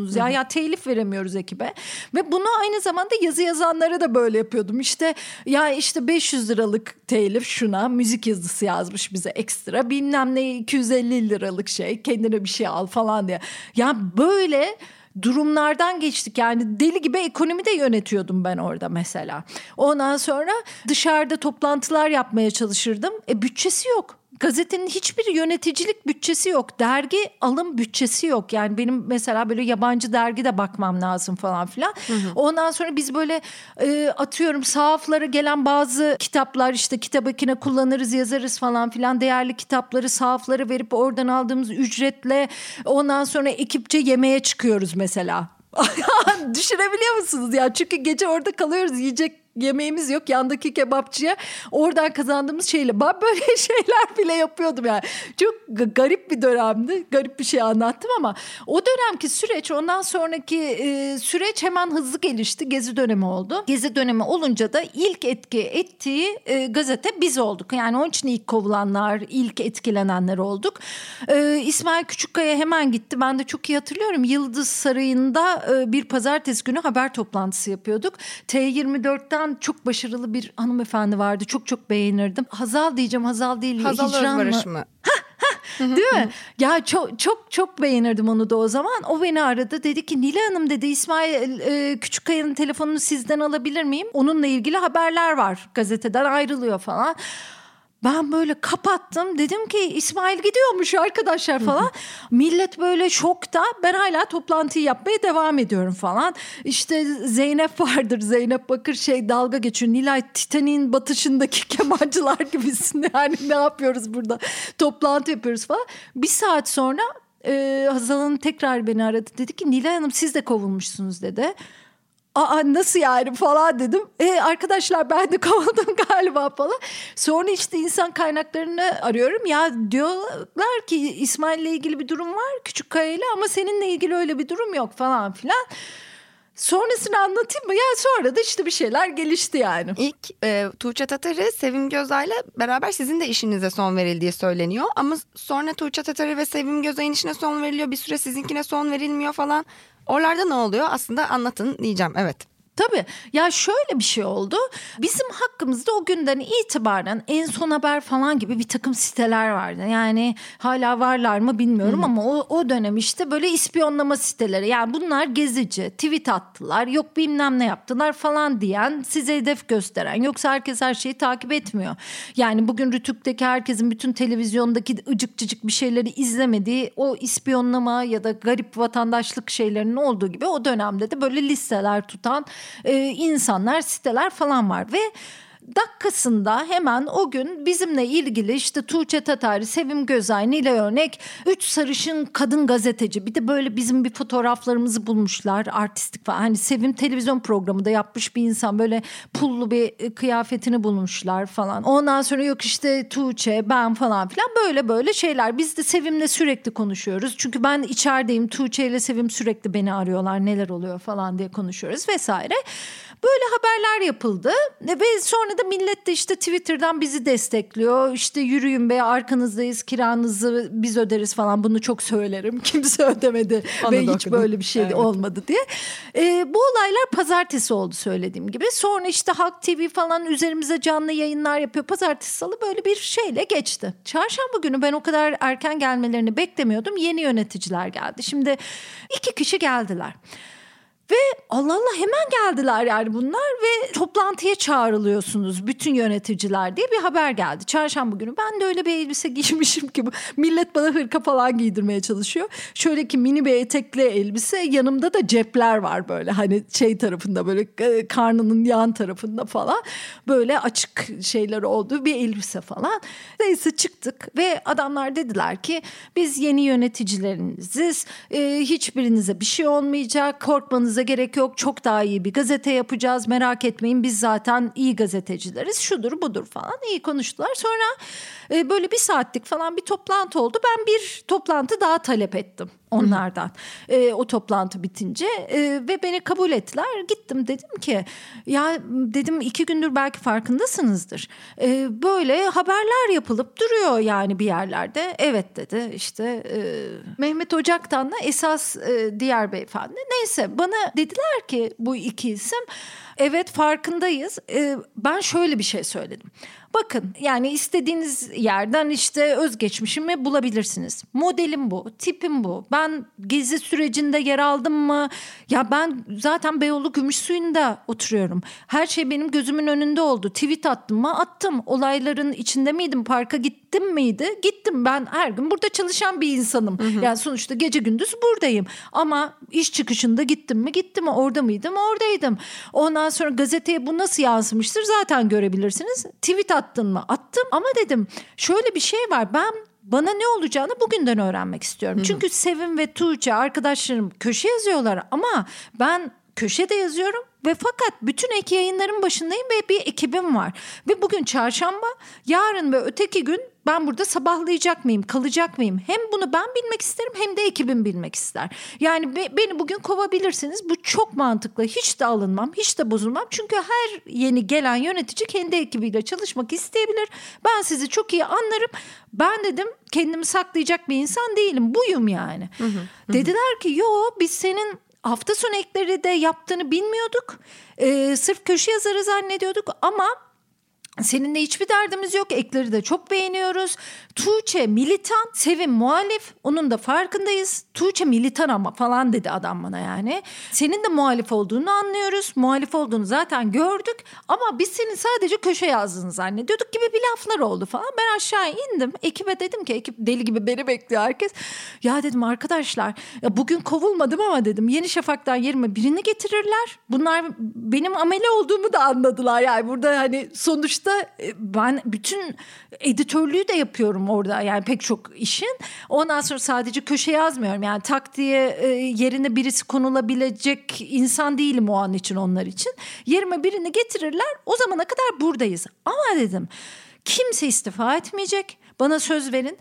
veya telif veremiyoruz ekibe. Ve bunu aynı zamanda yazı yazanlara da böyle yapıyordum. İşte ya işte 500 liralık telif şuna, müzik yazısı yazmış bize ekstra, bilmem ne 250 liralık şey, kendine bir şey al falan diye. Ya böyle durumlardan geçtik, yani deli gibi ekonomi de yönetiyordum ben orada mesela. Ondan sonra dışarıda toplantılar yapmaya çalışırdım. Bütçesi yok. Gazetenin hiçbir yöneticilik bütçesi yok. Dergi alım bütçesi yok. Yani benim mesela böyle yabancı dergi de bakmam lazım falan filan. Ondan sonra biz böyle atıyorum sahaflara gelen bazı kitaplar, işte kitabakine kullanırız, yazarız falan filan. Değerli kitapları sahaflara verip oradan aldığımız ücretle ondan sonra ekipçe yemeğe çıkıyoruz mesela. Düşünebiliyor musunuz ya? Çünkü gece orada kalıyoruz, yiyecek yemeğimiz yok, yandaki kebapçıya oradan kazandığımız şeyle. Ben böyle şeyler bile yapıyordum yani. Çok garip bir dönemdi. Garip bir şey anlattım ama o dönemki süreç, ondan sonraki süreç hemen hızlı gelişti. Gezi dönemi oldu. Gezi dönemi olunca da ilk etki ettiği gazete biz olduk. Yani onun için ilk kovulanlar, ilk etkilenenler olduk. İsmail Küçükkaya hemen gitti. Ben de çok iyi hatırlıyorum. Yıldız Sarayı'nda bir pazartesi günü haber toplantısı yapıyorduk. T24'ten çok başarılı bir hanımefendi vardı. Çok çok beğenirdim. Hazal diyeceğim, Hazal değil. Hazal Özbarış mı? Değil mi? Ya çok çok çok beğenirdim onu da o zaman. O beni aradı. Dedi ki Nilay Hanım dedi, İsmail Küçükkaya'nın telefonunu sizden alabilir miyim? Onunla ilgili haberler var. Gazeteden ayrılıyor falan. Ben böyle kapattım. Dedim ki İsmail gidiyormuş arkadaşlar falan. Millet böyle şokta. Ben hala toplantıyı yapmaya devam ediyorum falan. İşte Zeynep vardır. Zeynep Bakır dalga geçiyor. Nilay, Titanik'in batışındaki kemancılar gibisin. Yani ne yapıyoruz burada? Toplantı yapıyoruz falan. Bir saat sonra Hazal Hanım tekrar beni aradı. Dedi ki Nilay Hanım siz de kovulmuşsunuz dedi. Aa nasıl yani falan dedim. Arkadaşlar ben de kovuldum galiba falan. Sonra işte insan kaynaklarını arıyorum. Ya diyorlar ki İsmail'le ilgili bir durum var Küçükkaya'yla ama seninle ilgili öyle bir durum yok falan filan. Sonrasını anlatayım mı? Ya sonra da işte bir şeyler gelişti yani. İlk Tuğçe Tatar'ı Sevim Gözay'la beraber sizin de işinize son verildiği söyleniyor. Ama sonra Tuğçe Tatar'ı ve Sevim Gözay'ın işine son veriliyor. Bir süre sizinkine son verilmiyor falan. Oralarda ne oluyor? Aslında anlatın diyeceğim, evet. Tabii ya şöyle bir şey oldu. Bizim hakkımızda o günden itibaren En Son Haber falan gibi bir takım siteler vardı. Yani hala varlar mı bilmiyorum ama o dönem işte böyle ispiyonlama siteleri. Yani bunlar gezici, tweet attılar, yok bilmem ne yaptılar falan diyen, size hedef gösteren. Yoksa herkes her şeyi takip etmiyor. Yani bugün Rütük'teki herkesin bütün televizyondaki ıcık cıcık bir şeyleri izlemediği o ispiyonlama ya da garip vatandaşlık şeylerinin olduğu gibi o dönemde de böyle listeler tutan insanlar, siteler falan var ve dakikasında hemen o gün bizimle ilgili işte Tuğçe Tatar, Sevim Gözay, Nilay Örnek, 3 sarışın kadın gazeteci, bir de böyle bizim bir fotoğraflarımızı bulmuşlar artistik falan. Hani Sevim televizyon programı da yapmış bir insan, böyle pullu bir kıyafetini bulmuşlar falan. Ondan sonra yok işte Tuğçe, ben falan filan, böyle şeyler. Biz de Sevim'le sürekli konuşuyoruz. Çünkü ben içerideyim, Tuğçe ile Sevim sürekli beni arıyorlar, neler oluyor falan diye konuşuyoruz vesaire. Böyle haberler yapıldı ve sonra da millet de işte Twitter'dan bizi destekliyor. İşte yürüyün be, arkanızdayız, kiranızı biz öderiz falan, bunu çok söylerim. Kimse ödemedi ve hiç böyle bir şey olmadı diye. Bu olaylar pazartesi oldu söylediğim gibi. Sonra işte Halk TV falan üzerimize canlı yayınlar yapıyor. Pazartesi salı böyle bir şeyle geçti. Çarşamba günü ben o kadar erken gelmelerini beklemiyordum. Yeni yöneticiler geldi. Şimdi 2 kişi geldiler. Ve Allah Allah hemen geldiler yani bunlar ve toplantıya çağrılıyorsunuz bütün yöneticiler diye bir haber geldi. Çarşamba günü ben de öyle bir elbise giymişim ki millet bana hırka falan giydirmeye çalışıyor. Şöyle ki mini bir etekli elbise, yanımda da cepler var böyle hani tarafında, böyle karnının yan tarafında falan böyle açık şeyler olduğu bir elbise falan. Neyse çıktık ve adamlar dediler ki biz yeni yöneticileriniziz, hiçbirinize bir şey olmayacak, korkmanız gerek yok, çok daha iyi bir gazete yapacağız, merak etmeyin, biz zaten iyi gazetecileriz, şudur budur falan, iyi konuştular. Sonra böyle 1 saatlik falan bir toplantı oldu. Ben bir toplantı daha talep ettim onlardan o toplantı bitince ve beni kabul ettiler. Gittim, dedim ki ya dedim 2 gündür belki farkındasınızdır. Böyle haberler yapılıp duruyor yani bir yerlerde. Evet dedi işte Mehmet Ocak'tan da esas diğer beyefendi. Neyse bana dediler ki bu 2 isim evet farkındayız. Ben şöyle bir şey söyledim. Bakın yani istediğiniz yerden işte özgeçmişimi bulabilirsiniz. Modelim bu, tipim bu. Ben gezi sürecinde yer aldım mı? Ya ben zaten Beyoğlu Gümüşsuyu'nda oturuyorum. Her şey benim gözümün önünde oldu. Tweet attım mı? Attım. Olayların içinde miydim? Parka gittim miydi? Gittim. Ben her gün burada çalışan bir insanım. Yani sonuçta gece gündüz buradayım. Ama iş çıkışında gittim mi? Gittim mi? Orada mıydım? Oradaydım. Ondan sonra gazeteye bu nasıl yansımıştır? Zaten görebilirsiniz. Tweet attın mı? Attım. Ama dedim şöyle bir şey var. Bana ne olacağını bugünden öğrenmek istiyorum. Çünkü Sevim ve Tuğçe arkadaşlarım köşe yazıyorlar ama ben köşede yazıyorum ve fakat bütün ek yayınların başındayım ve bir ekibim var. Ve bugün çarşamba, yarın ve öteki gün ben burada sabahlayacak mıyım, kalacak mıyım? Hem bunu ben bilmek isterim hem de ekibim bilmek ister. Yani beni bugün kovabilirsiniz. Bu çok mantıklı. Hiç de alınmam, hiç de bozulmam. Çünkü her yeni gelen yönetici kendi ekibiyle çalışmak isteyebilir. Ben sizi çok iyi anlarım. Ben dedim kendimi saklayacak bir insan değilim. Buyum yani. Dediler ki yo biz senin hafta sonu ekleri de yaptığını bilmiyorduk. Sırf köşe yazarı zannediyorduk ama seninle hiçbir derdimiz yok. Ekleri de çok beğeniyoruz. Tuğçe militan, Sevim muhalif. Onun da farkındayız. Tuğçe militan ama falan dedi adam bana yani. Senin de muhalif olduğunu anlıyoruz. Muhalif olduğunu zaten gördük. Ama biz senin sadece köşe yazdığını zannediyorduk gibi bir laflar oldu falan. Ben aşağı indim. Ekibe dedim ki ekip deli gibi beni bekliyor herkes. Ya dedim arkadaşlar ya bugün kovulmadım ama dedim Yeni Şafak'tan yerime birini getirirler. Bunlar benim amele olduğumu da anladılar. Yani burada hani sonuçta ben bütün editörlüğü de yapıyorum orada yani pek çok işin. Ondan sonra sadece köşe yazmıyorum yani tak diye yerine birisi konulabilecek insan değilim o an için onlar için. Yerime birini getirirler, o zamana kadar buradayız. Ama dedim kimse istifa etmeyecek. Bana söz verin.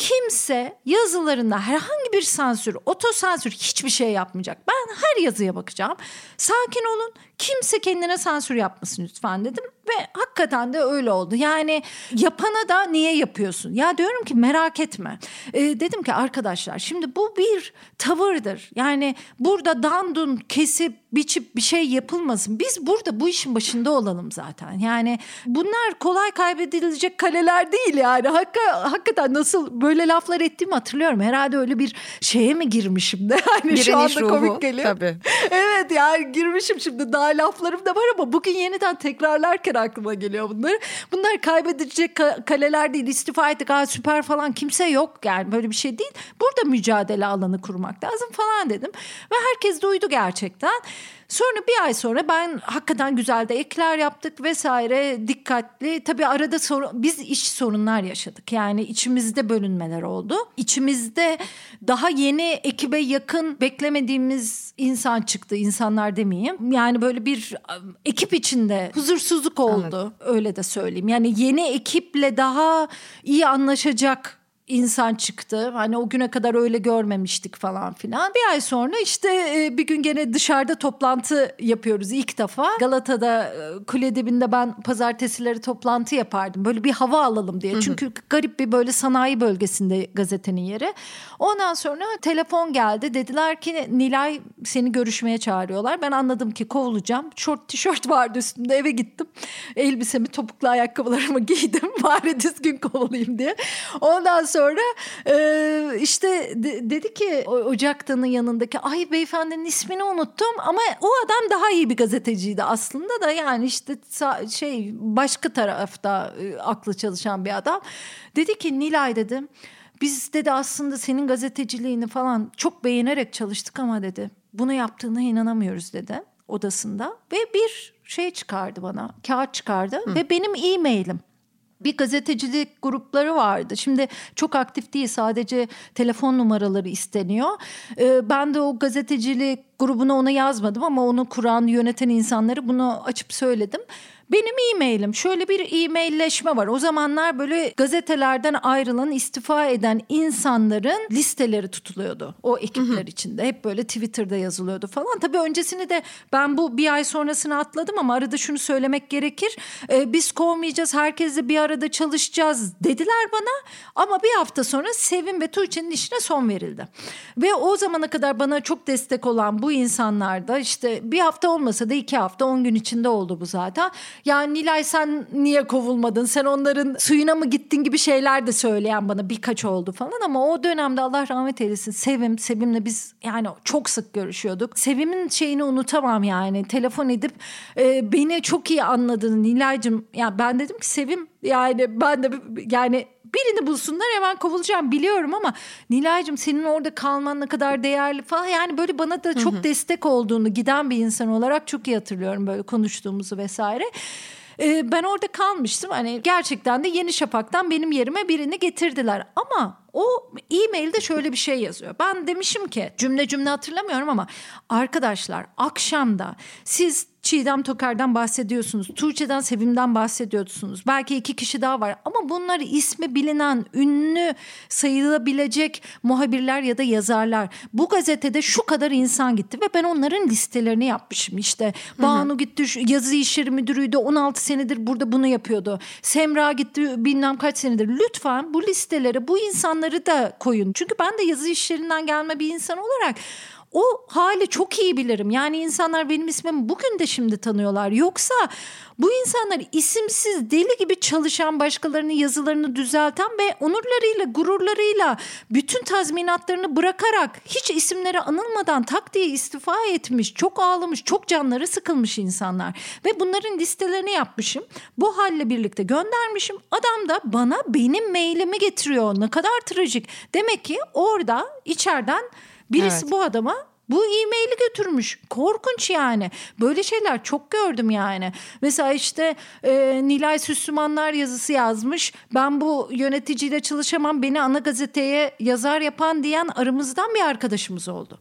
Kimse yazılarında herhangi bir sansür, otosansür hiçbir şey yapmayacak. Ben her yazıya bakacağım. Sakin olun. Kimse kendine sansür yapmasın lütfen dedim. Ve hakikaten de öyle oldu. Yani yapana da niye yapıyorsun? Ya diyorum ki merak etme. Dedim ki arkadaşlar şimdi bu bir tavırdır. Yani burada dandun kesip biçip bir şey yapılmasın. Biz burada bu işin başında olalım zaten. Yani bunlar kolay kaybedilecek kaleler değil yani. Hakikaten nasıl böyle laflar ettiğimi hatırlıyorum. Herhalde öyle bir şeye mi girmişim de. Yani şu anda ruhu, komik geliyor. Tabii. Evet yani girmişim şimdi, daha laflarım da var ama bugün yeniden tekrarlarken aklıma geliyor bunları. Bunlar kaybedilecek kaleler değil, istifa ettik süper falan kimse yok yani, böyle bir şey değil. Burada mücadele alanı kurmak lazım falan dedim ve herkes duydu gerçekten. Sonra bir ay sonra ben hakikaten güzel de ekler yaptık vesaire, dikkatli. Tabii arada biz iş sorunlar yaşadık. Yani içimizde bölünmeler oldu. İçimizde daha yeni ekibe yakın beklemediğimiz insan çıktı. İnsanlar demeyeyim. Yani böyle bir ekip içinde huzursuzluk oldu. Evet. Öyle de söyleyeyim. Yani yeni ekiple daha iyi anlaşacak insan çıktı. Hani o güne kadar öyle görmemiştik falan filan. Bir ay sonra işte bir gün gene dışarıda toplantı yapıyoruz ilk defa. Galata'da kule dibinde ben pazartesileri toplantı yapardım. Böyle bir hava alalım diye. Çünkü garip bir böyle sanayi bölgesinde gazetenin yeri. Ondan sonra telefon geldi. Dediler ki Nilay seni görüşmeye çağırıyorlar. Ben anladım ki kovulacağım. Şort tişört vardı üstümde, eve gittim. Elbisemi, topuklu ayakkabılarımı giydim. Bari düzgün kovulayım diye. Ondan sonra işte dedi ki Ocaktan'ın yanındaki, ay beyefendinin ismini unuttum ama o adam daha iyi bir gazeteciydi aslında da, yani işte başka tarafta aklı çalışan bir adam. Dedi ki Nilay dedim, biz dedi aslında senin gazeteciliğini falan çok beğenerek çalıştık ama dedi bunu yaptığına inanamıyoruz dedi odasında ve bir şey çıkardı bana, kağıt çıkardı ve benim e-mailim. Bir gazetecilik grupları vardı. Şimdi çok aktif değil, sadece telefon numaraları isteniyor. Ben de o gazetecilik grubuna onu yazmadım ama onu kuran, yöneten insanları bunu açıp söyledim. Benim e-mailim, şöyle bir e-mailleşme var. O zamanlar böyle gazetelerden ayrılan, istifa eden insanların listeleri tutuluyordu o ekipler içinde. Hep böyle Twitter'da yazılıyordu falan. Tabii öncesini de ben bu bir ay sonrasını atladım ama arada şunu söylemek gerekir. Biz kovmayacağız, herkesle bir arada çalışacağız dediler bana. Ama bir hafta sonra Sevim ve Tuğçe'nin işine son verildi. Ve o zamana kadar bana çok destek olan bu insanlar da işte bir hafta olmasa da 2 hafta 10 gün içinde oldu bu zaten. Ya Nilay sen niye kovulmadın? Sen onların suyuna mı gittin gibi şeyler de söyleyen bana birkaç oldu falan ama o dönemde Allah rahmet eylesin Sevim'le biz yani çok sık görüşüyorduk. Sevim'in şeyini unutamam yani. Telefon edip beni çok iyi anladın Nilay'cığım. Ya ben dedim ki Sevim yani ben de yani birini bulsunlar hemen kovulacağım biliyorum ama Nilay'cığım senin orada kalman ne kadar değerli falan. Yani böyle bana da çok destek olduğunu giden bir insan olarak çok iyi hatırlıyorum böyle konuştuğumuzu vesaire. Ben orada kalmıştım. Hani gerçekten de Yeni Şafak'tan benim yerime birini getirdiler. Ama o e-mailde şöyle bir şey yazıyor. Ben demişim ki cümle hatırlamıyorum ama arkadaşlar akşamda siz Çiğdem Tokar'dan bahsediyorsunuz. Tuğçe'den, Sevim'den bahsediyorsunuz. Belki 2 kişi daha var ama bunlar ismi bilinen, ünlü sayılabilecek muhabirler ya da yazarlar. Bu gazetede şu kadar insan gitti ve ben onların listelerini yapmışım. İşte Banu gitti, yazı işleri müdürüydü, 16 senedir burada bunu yapıyordu. Semra gitti bilmem kaç senedir. Lütfen bu listelere bu insanları da koyun. Çünkü ben de yazı işlerinden gelme bir insan olarak o hali çok iyi bilirim. Yani insanlar benim ismimi bugün de şimdi tanıyorlar. Yoksa bu insanlar isimsiz deli gibi çalışan, başkalarının yazılarını düzelten ve onurlarıyla, gururlarıyla bütün tazminatlarını bırakarak hiç isimleri anılmadan tak diye istifa etmiş, çok ağlamış, çok canları sıkılmış insanlar. Ve bunların listelerini yapmışım. Bu halle birlikte göndermişim. Adam da bana benim mailimi getiriyor. Ne kadar trajik. Demek ki orada içeriden birisi bu adama bu e-maili götürmüş. Korkunç yani. Böyle şeyler çok gördüm yani. Mesela işte Nilay Süslümanlar yazısı yazmış. Ben bu yöneticiyle çalışamam. Beni ana gazeteye yazar yapan diyen aramızdan bir arkadaşımız oldu.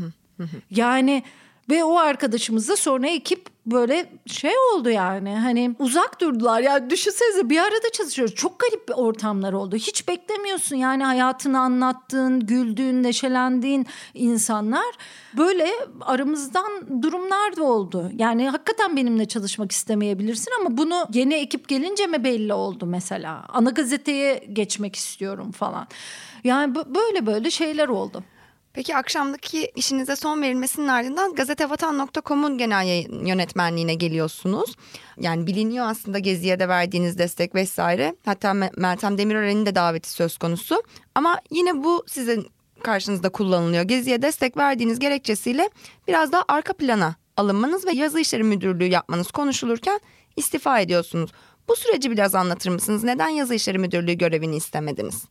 Yani ve o arkadaşımız da sonra ekip böyle şey oldu yani hani uzak durdular. Yani düşünsenize bir arada çalışıyoruz. Çok garip bir ortamlar oldu. Hiç beklemiyorsun yani hayatını anlattığın, güldüğün, neşelendiğin insanlar. Böyle aramızdan durumlar da oldu. Yani hakikaten benimle çalışmak istemeyebilirsin ama bunu yeni ekip gelince mi belli oldu mesela. Ana gazeteye geçmek istiyorum falan. Yani böyle şeyler oldu. Peki akşamdaki işinize son verilmesinin ardından gazetevatan.com'un genel yayın yönetmenliğine geliyorsunuz. Yani biliniyor aslında Gezi'ye de verdiğiniz destek vesaire. Hatta Meltem Demirören'in de daveti söz konusu. Ama yine bu sizin karşınızda kullanılıyor. Gezi'ye destek verdiğiniz gerekçesiyle biraz daha arka plana alınmanız ve yazı işleri müdürlüğü yapmanız konuşulurken istifa ediyorsunuz. Bu süreci biraz anlatır mısınız? Neden yazı işleri müdürlüğü görevini istemediniz?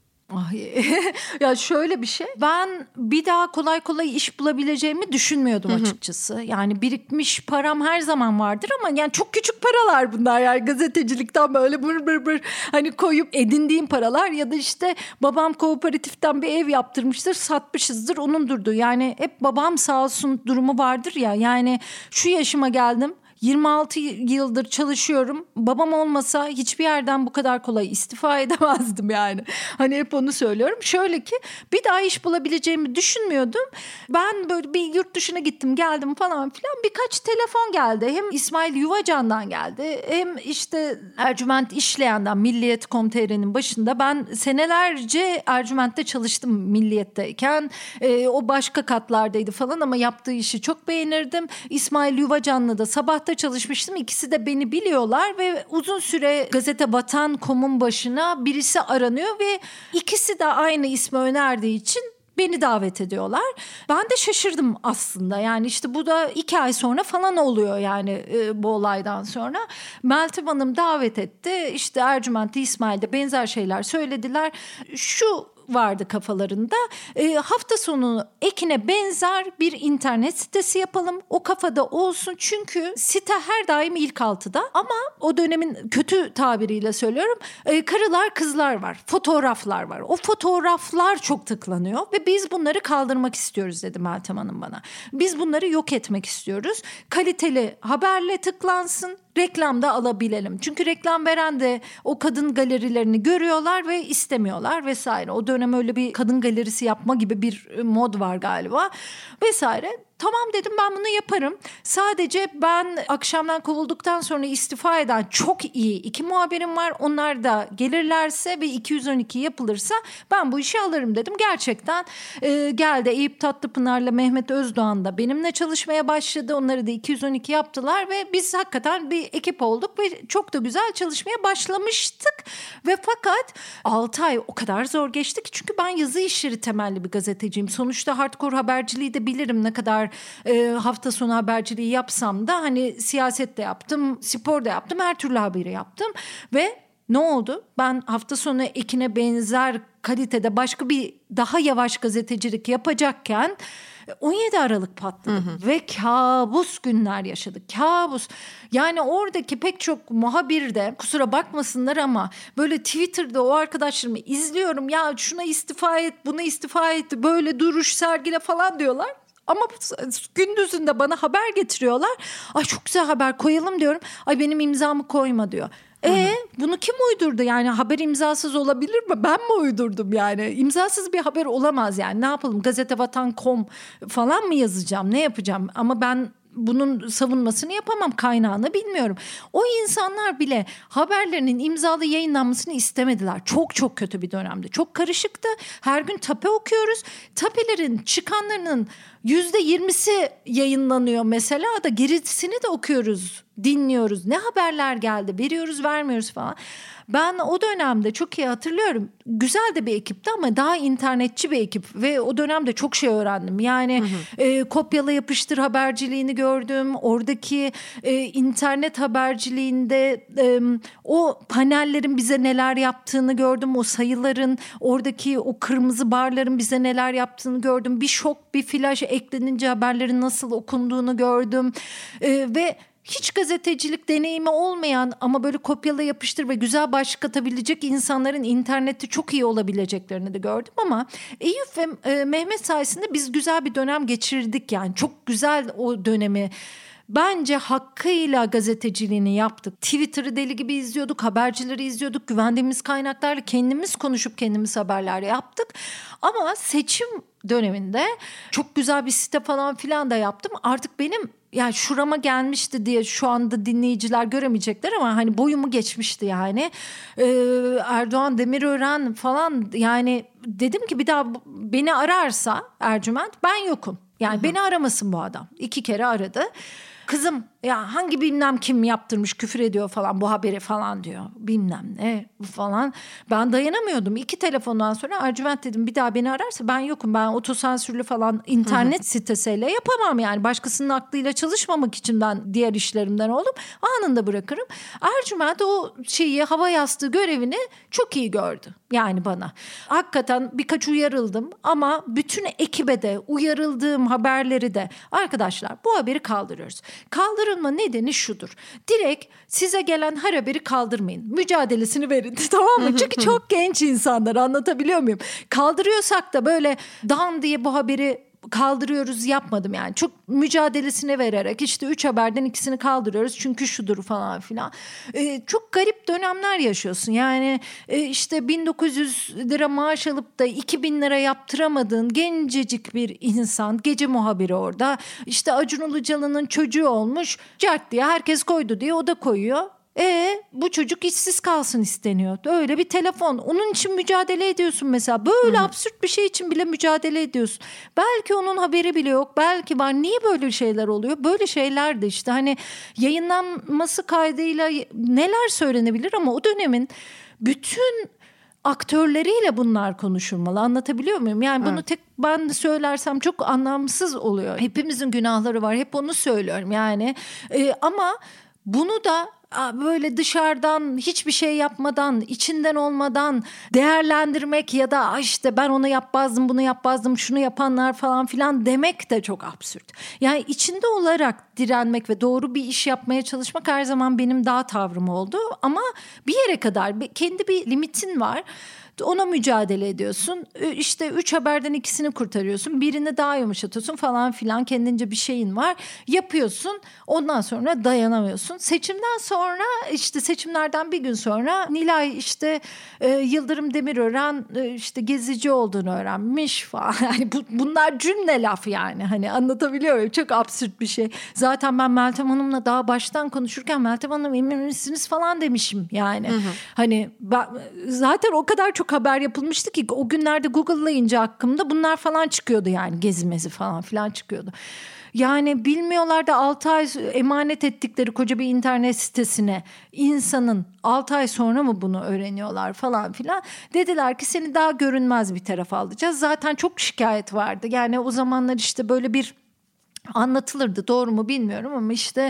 Ya şöyle bir şey, ben bir daha kolay kolay iş bulabileceğimi düşünmüyordum açıkçası. Yani birikmiş param her zaman vardır ama yani çok küçük paralar bunlar, yani gazetecilikten böyle bır hani koyup edindiğim paralar ya da işte babam kooperatiften bir ev yaptırmıştır, satmışızdır, onun durduğu. Yani hep babam sağ olsun durumu vardır ya, yani şu yaşıma geldim. 26 yıldır çalışıyorum. Babam olmasa hiçbir yerden bu kadar kolay istifa edemezdim yani. Hani hep onu söylüyorum. Şöyle ki bir daha iş bulabileceğimi düşünmüyordum. Ben böyle bir yurt dışına gittim geldim falan filan. Birkaç telefon geldi. Hem İsmail Yuvacan'dan geldi. Hem işte Ercüment İşleyen'den, Milliyet.com.tr'nin başında. Ben senelerce Ercüment'te çalıştım Milliyet'teyken. O başka katlardaydı falan ama yaptığı işi çok beğenirdim. İsmail Yuvacan'la da sabahta çalışmıştım. İkisi de beni biliyorlar ve uzun süre gazetevatan.com'un başına birisi aranıyor ve ikisi de aynı ismi önerdiği için beni davet ediyorlar. Ben de şaşırdım aslında. Yani işte bu da 2 ay sonra falan oluyor yani bu olaydan sonra. Meltem Hanım davet etti. İşte Ercüment'te, İsmail'de benzer şeyler söylediler. Şu vardı kafalarında. Hafta sonu ekine benzer bir internet sitesi yapalım. O kafada olsun. Çünkü site her daim ilk 6'da. Ama o dönemin kötü tabiriyle söylüyorum. Karılar kızlar var. Fotoğraflar var. O fotoğraflar çok tıklanıyor. Ve biz bunları kaldırmak istiyoruz dedi Meltem Hanım bana. Biz bunları yok etmek istiyoruz. Kaliteli haberle tıklansın. reklamda alabilelim. Çünkü reklam veren de o kadın galerilerini görüyorlar ve istemiyorlar vesaire. O dönem öyle bir kadın galerisi yapma gibi bir mod var galiba vesaire. Tamam dedim, ben bunu yaparım. Sadece ben akşamdan kovulduktan sonra istifa eden çok iyi 2 muhabirim var. Onlar da gelirlerse ve 212 yapılırsa ben bu işi alırım dedim. Gerçekten geldi Eyüp Tatlıpınar'la Mehmet Özdoğan da benimle çalışmaya başladı. Onları da 212 yaptılar ve biz hakikaten bir ekip olduk ve çok da güzel çalışmaya başlamıştık. Ve fakat 6 ay o kadar zor geçti ki, çünkü ben yazı işleri temelli bir gazeteciyim. Sonuçta hardcore haberciliği de bilirim, ne kadar hafta sonu haberciliği yapsam da hani siyaset de yaptım, spor da yaptım, her türlü haberi yaptım ve ne oldu? Ben hafta sonu Ekin'e benzer kalitede başka bir daha yavaş gazetecilik yapacakken 17 Aralık patladı ve kabus günler yaşadık. Kabus. Yani oradaki pek çok muhabir de, kusura bakmasınlar ama böyle Twitter'da o arkadaşlarımı izliyorum. Ya şuna istifa et, buna istifa et, böyle duruş sergile falan diyorlar. Ama gündüzünde bana haber getiriyorlar. Ay çok güzel haber, koyalım diyorum. Ay benim imzamı koyma diyor. Bunu kim uydurdu? Yani haber imzasız olabilir mi? Ben mi uydurdum yani? İmzasız bir haber olamaz yani. Ne yapalım? Gazetevatan.com falan mı yazacağım? Ne yapacağım? Ama ben bunun savunmasını yapamam, kaynağını bilmiyorum. O insanlar bile haberlerinin imzalı yayınlanmasını istemediler. Çok çok kötü bir dönemdi. Çok karışıktı. Her gün tape okuyoruz. Tapelerin çıkanlarının %20'si yayınlanıyor mesela, da gerisini de okuyoruz, dinliyoruz. Ne haberler geldi, veriyoruz, vermiyoruz falan. Ben o dönemde çok iyi hatırlıyorum. Güzel de bir ekipti ama daha internetçi bir ekip ve o dönemde çok şey öğrendim. Yani kopyala yapıştır haberciliğini gördüm. Oradaki internet haberciliğinde o panellerin bize neler yaptığını gördüm. O sayıların, oradaki o kırmızı barların bize neler yaptığını gördüm. Bir şok, bir flash eklenince haberlerin nasıl okunduğunu gördüm. Ve hiç gazetecilik deneyimi olmayan ama böyle kopyala yapıştır ve güzel başlık atabilecek insanların internette çok iyi olabileceklerini de gördüm. Ama Eyüp ve Mehmet sayesinde biz güzel bir dönem geçirdik yani. Çok güzel o dönemi. Bence hakkıyla gazeteciliğini yaptık. Twitter'ı deli gibi izliyorduk, habercileri izliyorduk. Güvendiğimiz kaynaklarla kendimiz konuşup kendimiz haberler yaptık. Ama seçim döneminde çok güzel bir site falan filan da yaptım. Artık benim yani şurama gelmişti diye şu anda dinleyiciler göremeyecekler ama hani boyumu geçmişti yani. Erdoğan Demirören falan, yani dedim ki bir daha beni ararsa Ercüment ben yokum. Yani beni aramasın bu adam. 2 kere aradı. Kızım ya hangi bilmem kim yaptırmış, küfür ediyor falan bu haberi falan diyor. Bilmem ne falan. Ben dayanamıyordum. 2 telefondan sonra Ercüment dedim, bir daha beni ararsa ben yokum. Ben otosansürlü falan internet sitesiyle yapamam yani. Başkasının aklıyla çalışmamak için ben diğer işlerimden olup anında bırakırım. Ercüment o şeyi, hava yastığı görevini çok iyi gördü. Yani bana. Hakikaten birkaç uyarıldım ama bütün ekibe de uyarıldığım haberleri de, arkadaşlar bu haberi kaldırıyoruz. Kaldırılma nedeni şudur. Direkt size gelen her haberi kaldırmayın. Mücadelesini verin. Tamam mı? Çünkü çok genç insanlar, anlatabiliyor muyum? Kaldırıyorsak da böyle dan diye bu haberi kaldırıyoruz yapmadım yani. Çok mücadelesini vererek işte 3 haberden 2'sini kaldırıyoruz çünkü şudur falan filan. Çok garip dönemler yaşıyorsun. Yani işte 1900 lira maaş alıp da 2000 lira yaptıramadığın gencecik bir insan, gece muhabiri orada. İşte Acun Ilıcalı'nın çocuğu olmuş. Cart diye herkes koydu diye o da koyuyor. Bu çocuk işsiz kalsın isteniyor. Öyle bir telefon. Onun için mücadele ediyorsun mesela. Böyle absürt bir şey için bile mücadele ediyorsun. Belki onun haberi bile yok. Belki var. Niye böyle şeyler oluyor? Böyle şeyler de işte hani yayınlanması kaydıyla neler söylenebilir ama o dönemin bütün aktörleriyle bunlar konuşulmalı. Anlatabiliyor muyum? Yani bunu tek ben söylersem çok anlamsız oluyor. Hepimizin günahları var. Hep onu söylüyorum yani. Ama bunu da böyle dışarıdan hiçbir şey yapmadan, içinden olmadan değerlendirmek ya da işte ben onu yapmazdım, bunu yapmazdım, şunu yapanlar falan filan demek de çok absürt. Yani içinde olarak direnmek ve doğru bir iş yapmaya çalışmak her zaman benim daha tavrım oldu. Ama bir yere kadar kendi bir limitin var. Ona mücadele ediyorsun. İşte 3 haberden 2'sini kurtarıyorsun. Birini daha yumuşatıyorsun falan filan. Kendince bir şeyin var. Yapıyorsun. Ondan sonra dayanamıyorsun. Seçimden sonra işte seçimlerden bir gün sonra Nilay işte Yıldırım Demirören işte gezici olduğunu öğrenmiş falan. Yani bunlar cümle laf yani. Hani anlatabiliyor muyum? Çok absürt bir şey. Zaten ben Meltem Hanım'la daha baştan konuşurken Meltem Hanım emin misiniz falan demişim yani. Hani zaten o kadar çok haber yapılmıştı ki o günlerde Google'layınca hakkımda bunlar falan çıkıyordu yani. Gezmezi falan filan çıkıyordu. Yani bilmiyorlar da 6 ay emanet ettikleri koca bir internet sitesine insanın 6 ay sonra mı bunu öğreniyorlar falan filan. Dediler ki seni daha görünmez bir tarafa alacağız. Zaten çok şikayet vardı. Yani o zamanlar işte böyle bir anlatılırdı, doğru mu bilmiyorum ama işte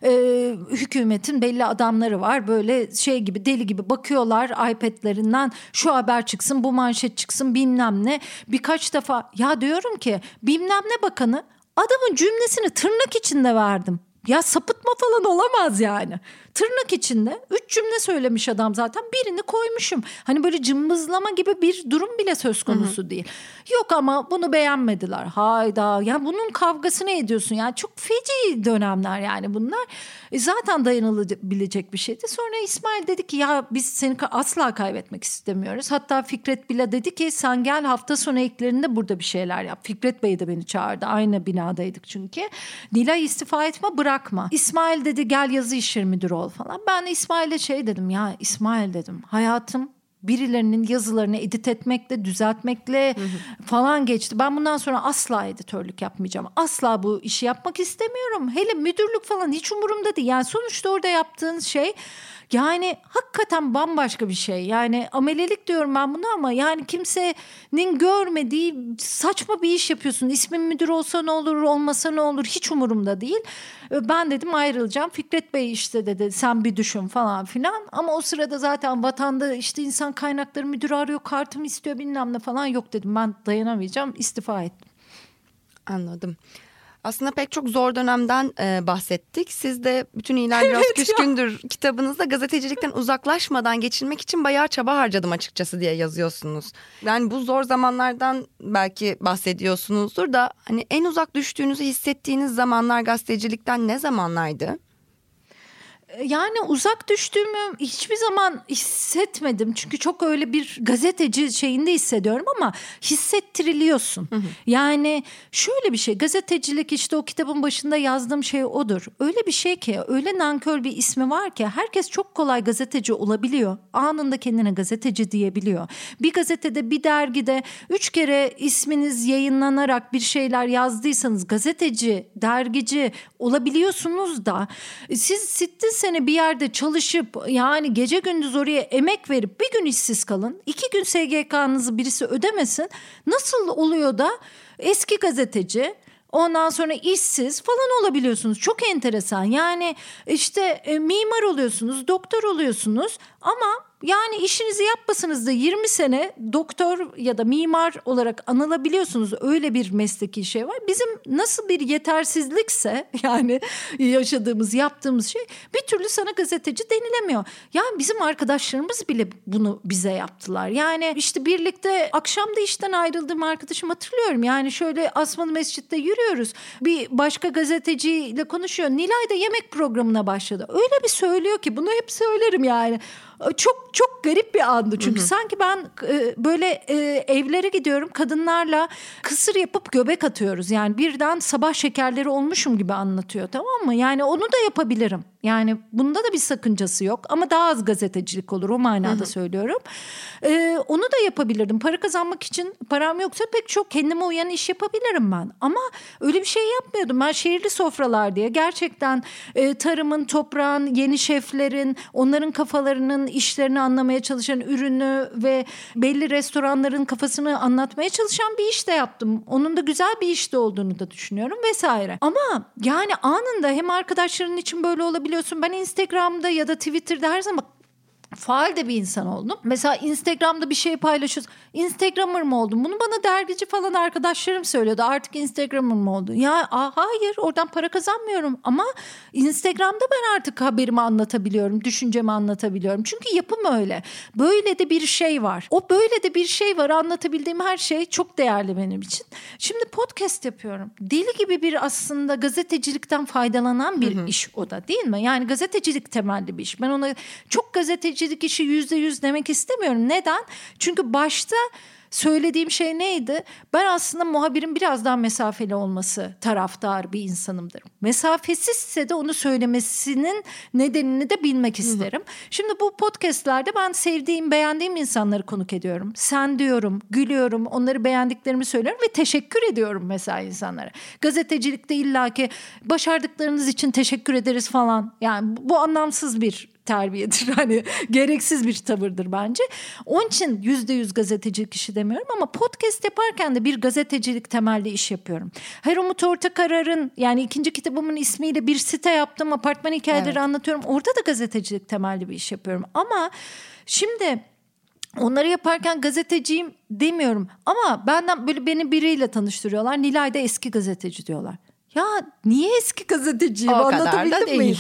hükümetin belli adamları var, böyle şey gibi, deli gibi bakıyorlar iPad'lerinden, şu haber çıksın, bu manşet çıksın, bilmem ne. Birkaç defa ya diyorum ki bilmem ne bakanı, adamın cümlesini tırnak içinde verdim. Ya sapıtma falan olamaz yani. Tırnak içinde 3 cümle söylemiş adam zaten, birini koymuşum. Hani böyle cımbızlama gibi bir durum bile söz konusu değil. Yok ama bunu beğenmediler. Hayda, yani bunun kavgasını ediyorsun. Yani çok feci dönemler yani bunlar. Zaten dayanılabilecek bir şeydi. Sonra İsmail dedi ki ya biz seni asla kaybetmek istemiyoruz. Hatta Fikret bile dedi ki sen gel hafta sonu eklerinde burada bir şeyler yap. Fikret Bey de beni çağırdı. Aynı binadaydık çünkü. Nilay istifa etme, bırakma. İsmail dedi gel yazı işleri müdürü ol falan. Ben İsmail'e şey dedim, ya İsmail dedim, hayatım birilerinin yazılarını edit etmekle, düzeltmekle falan geçti. Ben bundan sonra asla editörlük yapmayacağım. Asla bu işi yapmak istemiyorum. Hele müdürlük falan hiç umurumda değil. Yani sonuçta orada yaptığın şey yani hakikaten bambaşka bir şey. Yani amelelik diyorum ben buna ama yani kimsenin görmediği saçma bir iş yapıyorsun. İsmin müdür olsa ne olur, olmasa ne olur, hiç umurumda değil. Ben dedim ayrılacağım. Fikret Bey işte dedi sen bir düşün falan filan. Ama o sırada zaten vatanda işte insan kaynakları müdürü arıyor, kartımı istiyor bilmem ne falan. Yok dedim, ben dayanamayacağım, istifa ettim. Anladım. Aslında pek çok zor dönemden bahsettik. Siz de bütün iyiler biraz küskündür kitabınızda gazetecilikten uzaklaşmadan geçirmek için bayağı çaba harcadım açıkçası diye yazıyorsunuz. Yani bu zor zamanlardan belki bahsediyorsunuzdur da hani en uzak düştüğünüzü hissettiğiniz zamanlar gazetecilikten ne zamanlardı? Yani uzak düştüğümü hiçbir zaman hissetmedim. Çünkü çok öyle bir gazeteci şeyinde hissediyorum ama hissettiriliyorsun. Yani şöyle bir şey, gazetecilik işte o kitabın başında yazdığım şey odur. Öyle bir şey ki, öyle nankör bir ismi var ki herkes çok kolay gazeteci olabiliyor. Anında kendine gazeteci diyebiliyor. Bir gazetede, bir dergide 3 kere isminiz yayınlanarak bir şeyler yazdıysanız gazeteci, dergici olabiliyorsunuz da siz sittin sene bir yerde çalışıp yani gece gündüz oraya emek verip bir gün işsiz kalın, 2 gün SGK'nızı birisi ödemesin, nasıl oluyor da eski gazeteci, ondan sonra işsiz falan olabiliyorsunuz? Çok enteresan. Yani işte mimar oluyorsunuz, doktor oluyorsunuz ama yani işinizi yapmasanız da 20 sene doktor ya da mimar olarak anılabiliyorsunuz. Öyle bir mesleki şey var. Bizim nasıl bir yetersizlikse yani yaşadığımız, yaptığımız şey, bir türlü sana gazeteci denilemiyor. Yani bizim arkadaşlarımız bile bunu bize yaptılar. Yani işte birlikte akşam da işten ayrıldığım arkadaşım hatırlıyorum. Yani şöyle Asmalı Mescid'de yürüyoruz. Bir başka gazeteciyle konuşuyor. Nilay da yemek programına başladı. Öyle bir söylüyor ki bunu hep söylerim yani. Çok çok garip bir andı çünkü sanki ben böyle evlere gidiyorum, kadınlarla kısır yapıp göbek atıyoruz. Yani birden sabah şekerleri olmuşum gibi anlatıyor, tamam mı? Yani onu da yapabilirim. Yani bunda da bir sakıncası yok ama daha az gazetecilik olur, o manada söylüyorum. Onu da yapabilirdim. Para kazanmak için param yoksa pek çok kendime uyan iş yapabilirim ben. Ama öyle bir şey yapmıyordum. Ben şehirli sofralar diye gerçekten tarımın, toprağın, yeni şeflerin, onların kafalarının işlerini anlamaya çalışan, ürünü ve belli restoranların kafasını anlatmaya çalışan bir iş de yaptım. Onun da güzel bir işte olduğunu da düşünüyorum vesaire. Ama yani anında hem arkadaşların için böyle olabiliyorsun. Ben Instagram'da ya da Twitter'da her zaman faal de bir insan oldum. Mesela Instagram'da bir şey paylaşıyoruz. Instagrammer mı oldum? Bunu bana dergici falan arkadaşlarım söylüyordu. Artık Instagrammer mı oldun? Ya hayır, oradan para kazanmıyorum. Ama Instagram'da ben artık haberimi anlatabiliyorum. Düşüncemi anlatabiliyorum. Çünkü yapım öyle. Böyle de bir şey var. O böyle de bir şey var. Anlatabildiğim her şey çok değerli benim için. Şimdi podcast yapıyorum. Deli gibi bir aslında gazetecilikten faydalanan bir iş o da, değil mi? Yani gazetecilik temelli bir iş. Ben ona çok gazetecilik işi %100 demek istemiyorum. Neden? Çünkü başta söylediğim şey neydi? Ben aslında muhabirin biraz daha mesafeli olması taraftar bir insanımdır. Mesafesizse de onu söylemesinin nedenini de bilmek isterim. Şimdi bu podcastlerde ben sevdiğim, beğendiğim insanları konuk ediyorum. Sen diyorum, gülüyorum, onları beğendiklerimi söylüyorum ve teşekkür ediyorum mesela insanlara. Gazetecilikte illaki başardıklarınız için teşekkür ederiz falan. Yani bu anlamsız bir terbiyedir. Hani gereksiz bir tavırdır bence. Onun için %100 gazetecilik işi demiyorum ama podcast yaparken de bir gazetecilik temelli iş yapıyorum. Umut Ortakarar'ın, yani 2. kitabımın ismiyle bir site yaptım. Apartman hikayeleri anlatıyorum. Orada da gazetecilik temelli bir iş yapıyorum. Ama şimdi onları yaparken gazeteciyim demiyorum. Ama beni biriyle tanıştırıyorlar. Nilay da eski gazeteci diyorlar. Ya niye eski gazeteciyim, o anlatabildim kadar da değil.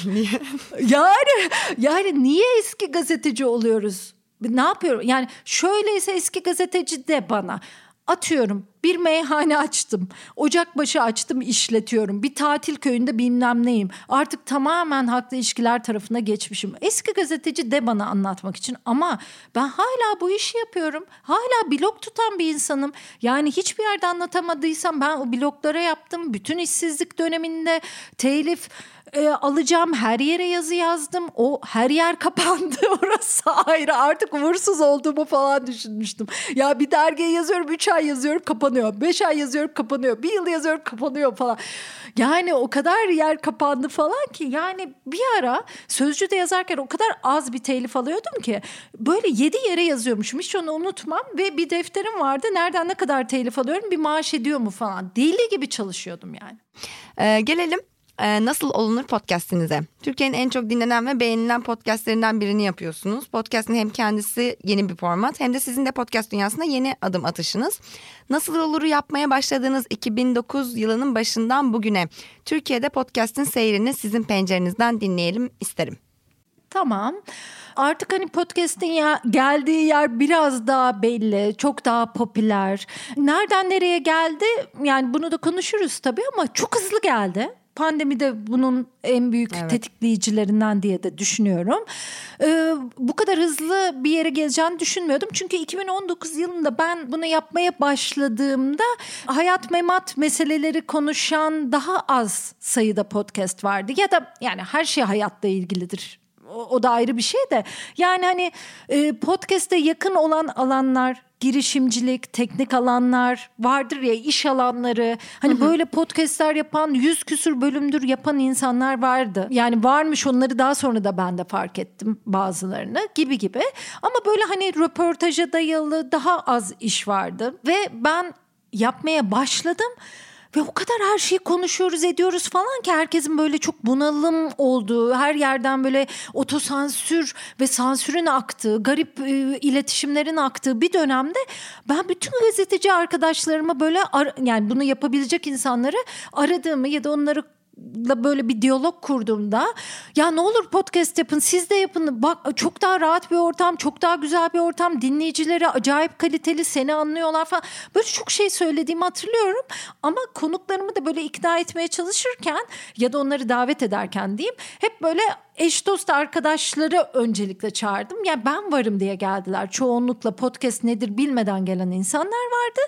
Yani niye eski gazeteci oluyoruz? Ne yapıyorum? Yani şöyleyse eski gazeteci de bana. Atıyorum, bir meyhane açtım. Ocakbaşı açtım, işletiyorum. Bir tatil köyünde bilmem neyim. Artık tamamen halkla ilişkiler tarafına geçmişim. Eski gazeteci de bana anlatmak için. Ama ben hala bu işi yapıyorum. Hala blog tutan bir insanım. Yani hiçbir yerde anlatamadıysam ben o bloglara yaptım. Bütün işsizlik döneminde telif alacağım, her yere yazı yazdım. O her yer kapandı, orası ayrı. Artık uğursuz olduğumu falan düşünmüştüm. Ya bir dergiye yazıyorum, 3 ay yazıyorum, kapanıyor. 5 ay yazıyorum, kapanıyor. 1 yıl yazıyorum, kapanıyor falan. Yani o kadar yer kapandı falan ki, yani bir ara Sözcü'de yazarken o kadar az bir telif alıyordum ki böyle 7 yere yazıyormuşum. Hiç onu unutmam ve bir defterim vardı. Nereden ne kadar telif alıyorum, bir maaş ediyor mu falan. Deli gibi çalışıyordum yani. Gelelim Nasıl Olunur podcast'inize. Türkiye'nin en çok dinlenen ve beğenilen podcastlerinden birini yapıyorsunuz. Podcast'ın hem kendisi yeni bir format hem de sizin de podcast dünyasına yeni adım atışınız. Nasıl Olur'u yapmaya başladığınız 2009 yılının başından bugüne Türkiye'de podcast'ın seyrini sizin pencerenizden dinleyelim isterim. Tamam. Artık hani podcast'in geldiği yer biraz daha belli, çok daha popüler. Nereden nereye geldi? Yani bunu da konuşuruz tabii ama çok hızlı geldi. Pandemi de bunun en büyük tetikleyicilerinden diye de düşünüyorum. Bu kadar hızlı bir yere geleceğini düşünmüyordum. Çünkü 2019 yılında ben bunu yapmaya başladığımda hayat memat meseleleri konuşan daha az sayıda podcast vardı. Ya da yani her şey hayatla ilgilidir. O da ayrı bir şey de. Yani hani podcast'e yakın olan alanlar, girişimcilik, teknik alanlar vardır ya, iş alanları. Hani böyle podcastler yapan 100 küsür bölümdür yapan insanlar vardı. Yani varmış, onları daha sonra da ben de fark ettim bazılarını gibi. Ama böyle hani röportaja dayalı daha az iş vardı. Ve ben yapmaya başladım. Ve o kadar her şeyi konuşuyoruz, ediyoruz falan ki herkesin böyle çok bunalım olduğu, her yerden böyle otosansür ve sansürün aktığı, garip iletişimlerin aktığı bir dönemde ben bütün gazeteci arkadaşlarıma böyle yani bunu yapabilecek insanları aradığımı ya da onları böyle bir diyalog kurduğumda, ya ne olur podcast yapın, siz de yapın, bak çok daha rahat bir ortam, çok daha güzel bir ortam, dinleyicileri acayip kaliteli, seni anlıyorlar falan, böyle çok şey söylediğimi hatırlıyorum. Ama konuklarımı da böyle ikna etmeye çalışırken ya da onları davet ederken diyeyim, hep böyle eş dost arkadaşları öncelikle çağırdım. Yani ben varım diye geldiler. Çoğunlukla podcast nedir bilmeden gelen insanlar vardı.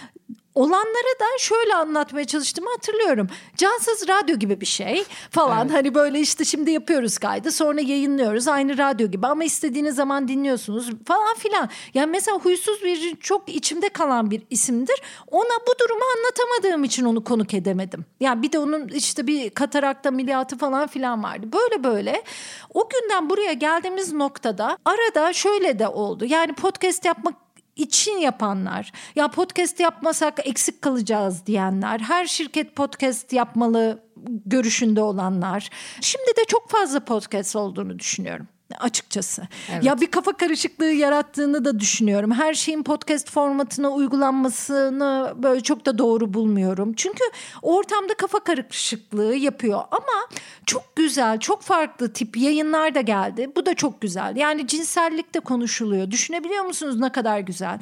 Olanlara da şöyle anlatmaya çalıştığımı hatırlıyorum. Cansız radyo gibi bir şey falan. Evet. Hani böyle işte şimdi yapıyoruz kaydı, sonra yayınlıyoruz aynı radyo gibi ama istediğiniz zaman dinliyorsunuz falan filan. Yani mesela Huysuz bir çok içimde kalan bir isimdir. Ona bu durumu anlatamadığım için onu konuk edemedim. Yani bir de onun işte bir katarak ameliyatı falan filan vardı. Böyle o günden buraya geldiğimiz noktada arada şöyle de oldu. Yani podcast yapmak için yapanlar, ya podcast yapmasak eksik kalacağız diyenler, her şirket podcast yapmalı görüşünde olanlar. Şimdi de çok fazla podcast olduğunu düşünüyorum. açıkçası. Evet. Ya bir kafa karışıklığı yarattığını da düşünüyorum. Her şeyin podcast formatına uygulanmasını böyle çok da doğru bulmuyorum. Çünkü ortamda kafa karışıklığı yapıyor ama çok güzel, çok farklı tip yayınlar da geldi. Bu da çok güzel. Yani cinsellik de konuşuluyor. Düşünebiliyor musunuz ne kadar güzel?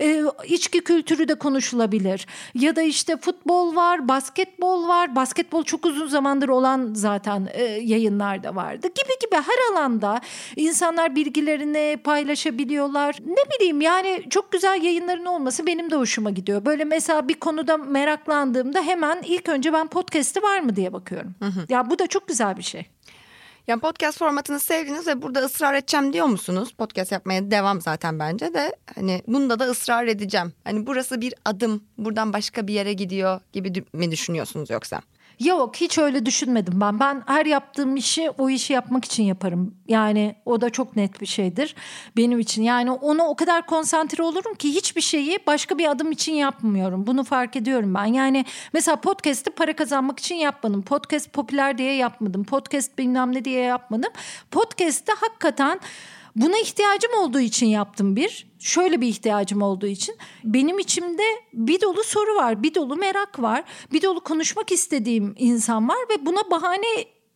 İçki kültürü de konuşulabilir. Ya da işte futbol var, basketbol var. Basketbol çok uzun zamandır olan zaten yayınlar da vardı. Gibi her alanda insanlar bilgilerini paylaşabiliyorlar. Ne bileyim yani çok güzel yayınların olması benim de hoşuma gidiyor. Böyle mesela bir konuda meraklandığımda hemen ilk önce ben podcast'i var mı diye bakıyorum. Ya bu da çok güzel bir şey. Yani podcast formatını sevdiniz ve burada ısrar edeceğim diyor musunuz? Podcast yapmaya devam zaten bence de. Hani bunda da ısrar edeceğim. Hani burası bir adım, buradan başka bir yere gidiyor gibi mi düşünüyorsunuz yoksa? Yok, hiç öyle düşünmedim ben. Ben her yaptığım işi o işi yapmak için yaparım. Yani o da çok net bir şeydir benim için. Yani ona o kadar konsantre olurum ki hiçbir şeyi başka bir adım için yapmıyorum. Bunu fark ediyorum ben. Yani mesela podcast'ı para kazanmak için yapmadım. Podcast popüler diye yapmadım. Podcast bilmem ne diye yapmadım. Podcast'ı hakikaten buna ihtiyacım olduğu için yaptım Şöyle bir ihtiyacım olduğu için. Benim içimde bir dolu soru var, bir dolu merak var, bir dolu konuşmak istediğim insan var ve buna bahane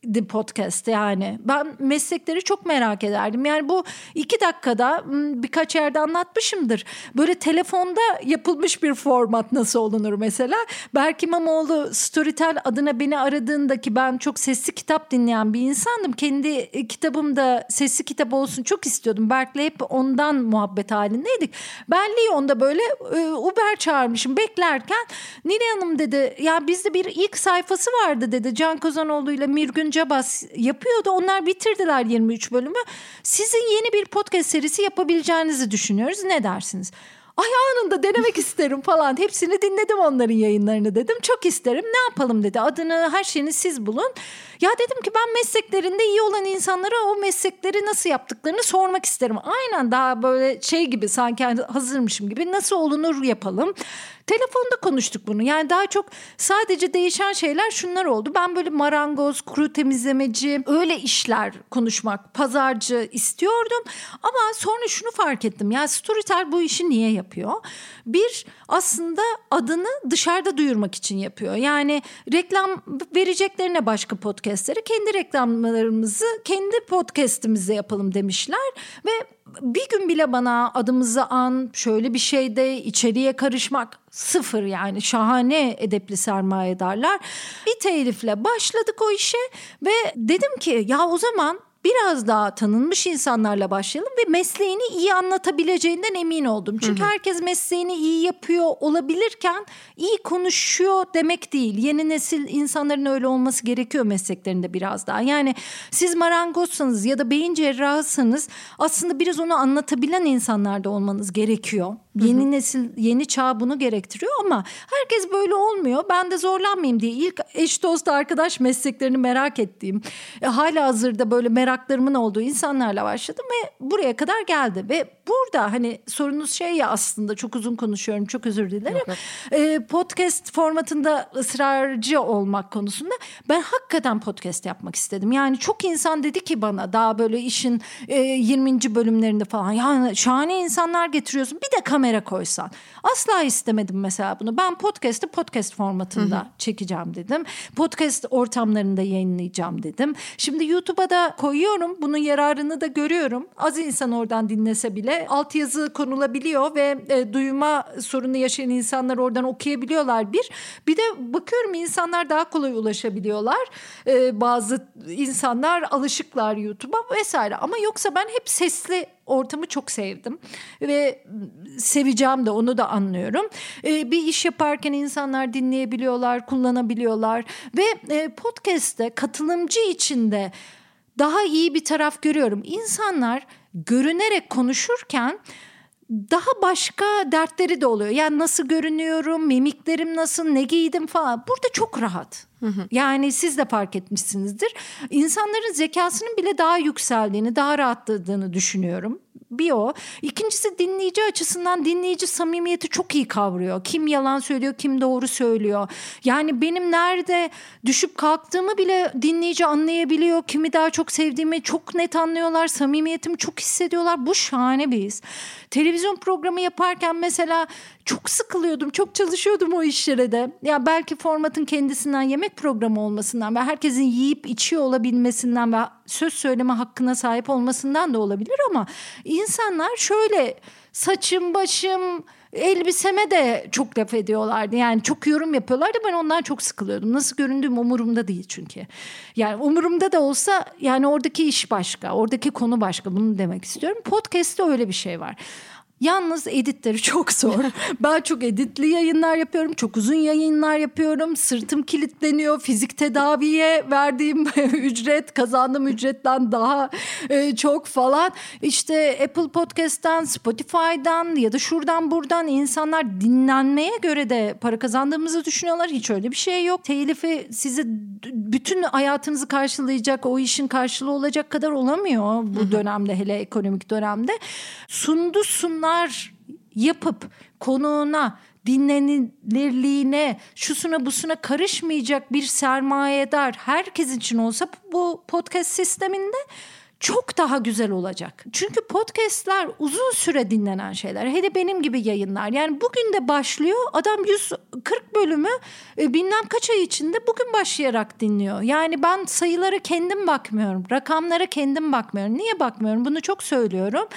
podcast yani. Ben meslekleri çok merak ederdim. Yani bu 2 dakikada birkaç yerde anlatmışımdır. Böyle telefonda yapılmış bir format nasıl olunur mesela. Berk İmamoğlu Storytel adına beni aradığında ki ben çok sesli kitap dinleyen bir insandım. Kendi kitabımda sesli kitap olsun çok istiyordum. Berk'le hep ondan muhabbet halindeydik. Ben Lyon'da böyle Uber çağırmışım beklerken Nilay Hanım dedi ya bizde bir ilk sayfası vardı dedi. Can Kozanoğlu ile Mirgün Cabas yapıyordu. Onlar bitirdiler 23 bölümü. Sizin yeni bir podcast serisi yapabileceğinizi düşünüyoruz. Ne dersiniz? Ay anında denemek isterim falan. Hepsini dinledim onların yayınlarını dedim. Çok isterim. Ne yapalım dedi. Adını her şeyini siz bulun. Ya dedim ki ben mesleklerinde iyi olan insanlara o meslekleri nasıl yaptıklarını sormak isterim. Aynen daha böyle şey gibi sanki hazırmışım gibi nasıl olunur yapalım. Telefonda konuştuk bunu. Yani daha çok sadece değişen şeyler şunlar oldu. Ben böyle marangoz, kuru temizlemeci öyle işler konuşmak, pazarcı istiyordum. Ama sonra şunu fark ettim. Yani Storytel bu işi niye yapıyor? Bir aslında adını dışarıda duyurmak için yapıyor. Yani reklam vereceklerine başka podcastleri kendi reklamlarımızı kendi podcastimizde yapalım demişler. Ve bir gün bile bana adımızı an, şöyle bir şeyde içeriye karışmak sıfır yani şahane edepli sermayedarlar. Bir telifle başladık o işe ve dedim ki ya o zaman biraz daha tanınmış insanlarla başlayalım ve mesleğini iyi anlatabileceğinden emin oldum. Çünkü herkes mesleğini iyi yapıyor olabilirken iyi konuşuyor demek değil. Yeni nesil insanların öyle olması gerekiyor mesleklerinde biraz daha. Yani siz marangozsanız ya da beyin cerrahısınız aslında biraz onu anlatabilen insanlarda olmanız gerekiyor. Yeni nesil, yeni çağ bunu gerektiriyor ama herkes böyle olmuyor. Ben de zorlanmayayım diye ilk eş dost arkadaş mesleklerini merak ettiğim, hala hazırda böyle meraklarımın olduğu insanlarla başladım ve buraya kadar geldi. Ve burada hani sorunuz şey ya aslında çok uzun konuşuyorum çok özür dilerim. Yok. Podcast formatında ısrarcı olmak konusunda ben hakikaten podcast yapmak istedim. Yani çok insan dedi ki bana daha böyle işin 20. bölümlerinde falan yani şahane insanlar getiriyorsun bir de kamera koysan. Asla istemedim mesela bunu. Ben podcast'ı podcast formatında çekeceğim dedim. Podcast ortamlarında yayınlayacağım dedim. Şimdi YouTube'a da koyuyorum. Bunun yararını da görüyorum. Az insan oradan dinlese bile altyazı konulabiliyor ve duyma sorunu yaşayan insanlar oradan okuyabiliyorlar bir de bakıyorum insanlar daha kolay ulaşabiliyorlar. Bazı insanlar alışıklar YouTube'a vesaire. Ama yoksa ben hep sesli ortamı çok sevdim ve seveceğim de onu da anlıyorum. Bir iş yaparken insanlar dinleyebiliyorlar, kullanabiliyorlar ve podcast'te katılımcı içinde daha iyi bir taraf görüyorum. İnsanlar görünerek konuşurken daha başka dertleri de oluyor. Yani nasıl görünüyorum, mimiklerim nasıl, ne giydim falan. Burada çok rahat. Yani siz de fark etmişsinizdir. İnsanların zekasının bile daha yükseldiğini, daha rahatladığını düşünüyorum. Bir o. İkincisi dinleyici açısından dinleyici samimiyeti çok iyi kavruyor. Kim yalan söylüyor, kim doğru söylüyor. Yani benim nerede düşüp kalktığımı bile dinleyici anlayabiliyor. Kimi daha çok sevdiğimi çok net anlıyorlar. Samimiyetimi çok hissediyorlar. Bu şahane bir his. Televizyon programı yaparken mesela çok sıkılıyordum. Çok çalışıyordum o işlere de. Ya belki formatın kendisinden, yemek programı olmasından ve herkesin yiyip içiyor olabilmesinden ve söz söyleme hakkına sahip olmasından da olabilir ama insanlar şöyle saçım, başım, elbiseme de çok laf ediyorlardı. Yani çok yorum yapıyorlardı. Ben ondan çok sıkılıyordum. Nasıl göründüğüm umurumda değil çünkü. Yani umurumda da olsa yani oradaki iş başka, oradaki konu başka. Bunu demek istiyorum. Podcast'te öyle bir şey var. Yalnız editleri çok zor. Ben çok editli yayınlar yapıyorum. Çok uzun yayınlar yapıyorum. Sırtım kilitleniyor. Fizik tedaviye verdiğim ücret, kazandığım ücretten daha çok falan. İşte Apple Podcast'ten, Spotify'dan ya da şuradan buradan insanlar dinlenmeye göre de para kazandığımızı düşünüyorlar. Hiç öyle bir şey yok. Telifi size bütün hayatınızı karşılayacak, o işin karşılığı olacak kadar olamıyor bu dönemde, hele ekonomik dönemde. Sunlar yapıp konuğuna, dinlenilirliğine, şusuna busuna karışmayacak bir sermayedar herkes için olsa bu podcast sisteminde çok daha güzel olacak. Çünkü podcastler uzun süre dinlenen şeyler. Hele benim gibi yayınlar. Yani bugün de başlıyor. Adam 140 bölümü bilmem kaç ay içinde bugün başlayarak dinliyor. Yani ben sayılara kendim bakmıyorum. Rakamlara kendim bakmıyorum. Niye bakmıyorum? Bunu çok söylüyorum.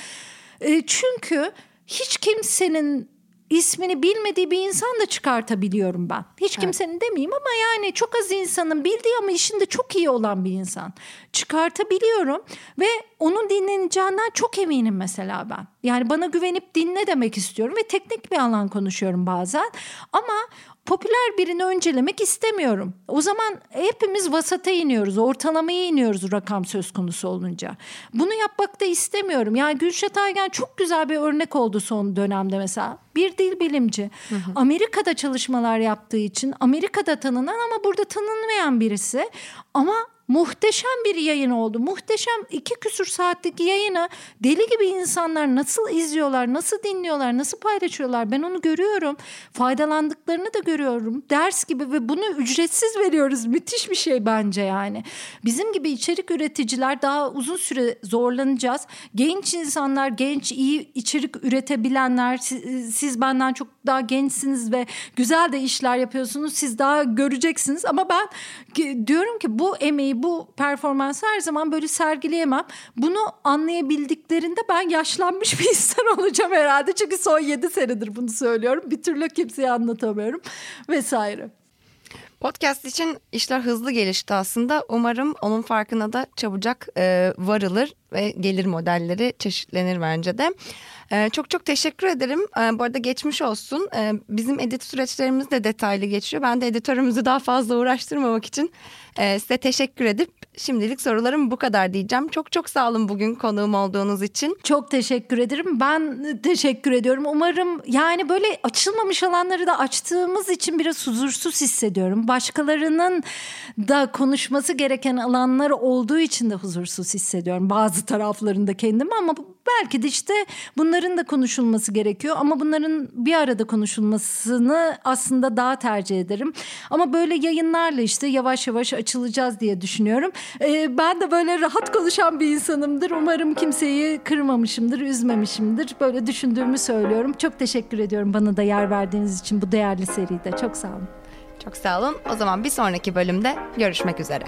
Çünkü hiç kimsenin ismini bilmediği bir insan da çıkartabiliyorum ben. Hiç kimsenin demeyeyim ama yani çok az insanın bildiği ama işinde çok iyi olan bir insan çıkartabiliyorum ve onun dinleneceğinden çok eminim mesela ben. Yani bana güvenip dinle demek istiyorum ve teknik bir alan konuşuyorum bazen ama popüler birini öncelemek istemiyorum. O zaman hepimiz vasata iniyoruz, ortalamaya iniyoruz rakam söz konusu olunca. Bunu yapmak da istemiyorum. Yani Gülşat Aygen çok güzel bir örnek oldu son dönemde mesela. Bir dil bilimci. Amerika'da çalışmalar yaptığı için Amerika'da tanınan ama burada tanınmayan birisi. Ama muhteşem bir yayın oldu. Muhteşem 2 küsur saatlik yayını deli gibi insanlar nasıl izliyorlar, nasıl dinliyorlar, nasıl paylaşıyorlar. Ben onu görüyorum. Faydalandıklarını da görüyorum. Ders gibi ve bunu ücretsiz veriyoruz. Müthiş bir şey bence yani. Bizim gibi içerik üreticiler daha uzun süre zorlanacağız. Genç insanlar, genç iyi içerik üretebilenler, siz benden çok daha gençsiniz ve güzel de işler yapıyorsunuz. Siz daha göreceksiniz ama ben diyorum ki bu emeği, bu performansı her zaman böyle sergileyemem. Bunu anlayabildiklerinde ben yaşlanmış bir insan olacağım herhalde. Çünkü son 7 senedir bunu söylüyorum. Bir türlü kimseye anlatamıyorum vesaire. Podcast için işler hızlı gelişti aslında. Umarım onun farkına da çabucak varılır ve gelir modelleri çeşitlenir bence de. Çok çok teşekkür ederim. Bu arada geçmiş olsun. Bizim edit süreçlerimiz de detaylı geçiyor. Ben de editörümüzü daha fazla uğraştırmamak için size teşekkür edip şimdilik sorularım bu kadar diyeceğim. Çok çok sağ olun bugün konuğum olduğunuz için. Çok teşekkür ederim. Ben teşekkür ediyorum. Umarım yani böyle açılmamış alanları da açtığımız için biraz huzursuz hissediyorum. Başkalarının da konuşması gereken alanlar olduğu için de huzursuz hissediyorum. Bazı taraflarında kendimi ama belki de işte bunların da konuşulması gerekiyor. Ama bunların bir arada konuşulmasını aslında daha tercih ederim. Ama böyle yayınlarla işte yavaş yavaş açılacağız diye düşünüyorum. Ben de böyle rahat konuşan bir insanımdır. Umarım kimseyi kırmamışımdır, üzmemişimdir. Böyle düşündüğümü söylüyorum. Çok teşekkür ediyorum bana da yer verdiğiniz için bu değerli seride. Çok sağ olun. Çok sağ olun. O zaman bir sonraki bölümde görüşmek üzere.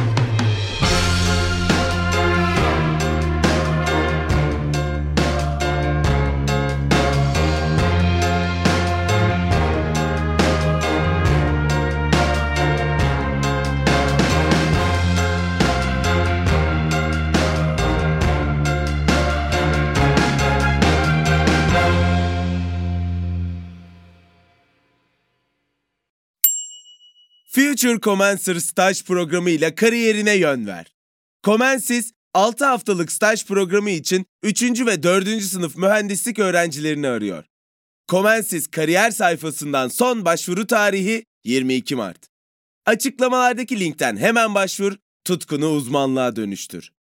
Future Commencer staj programı ile kariyerine yön ver. Comensis, 6 haftalık staj programı için 3. ve 4. sınıf mühendislik öğrencilerini arıyor. Comensis kariyer sayfasından son başvuru tarihi 22 Mart. Açıklamalardaki linkten hemen başvur, tutkunu uzmanlığa dönüştür.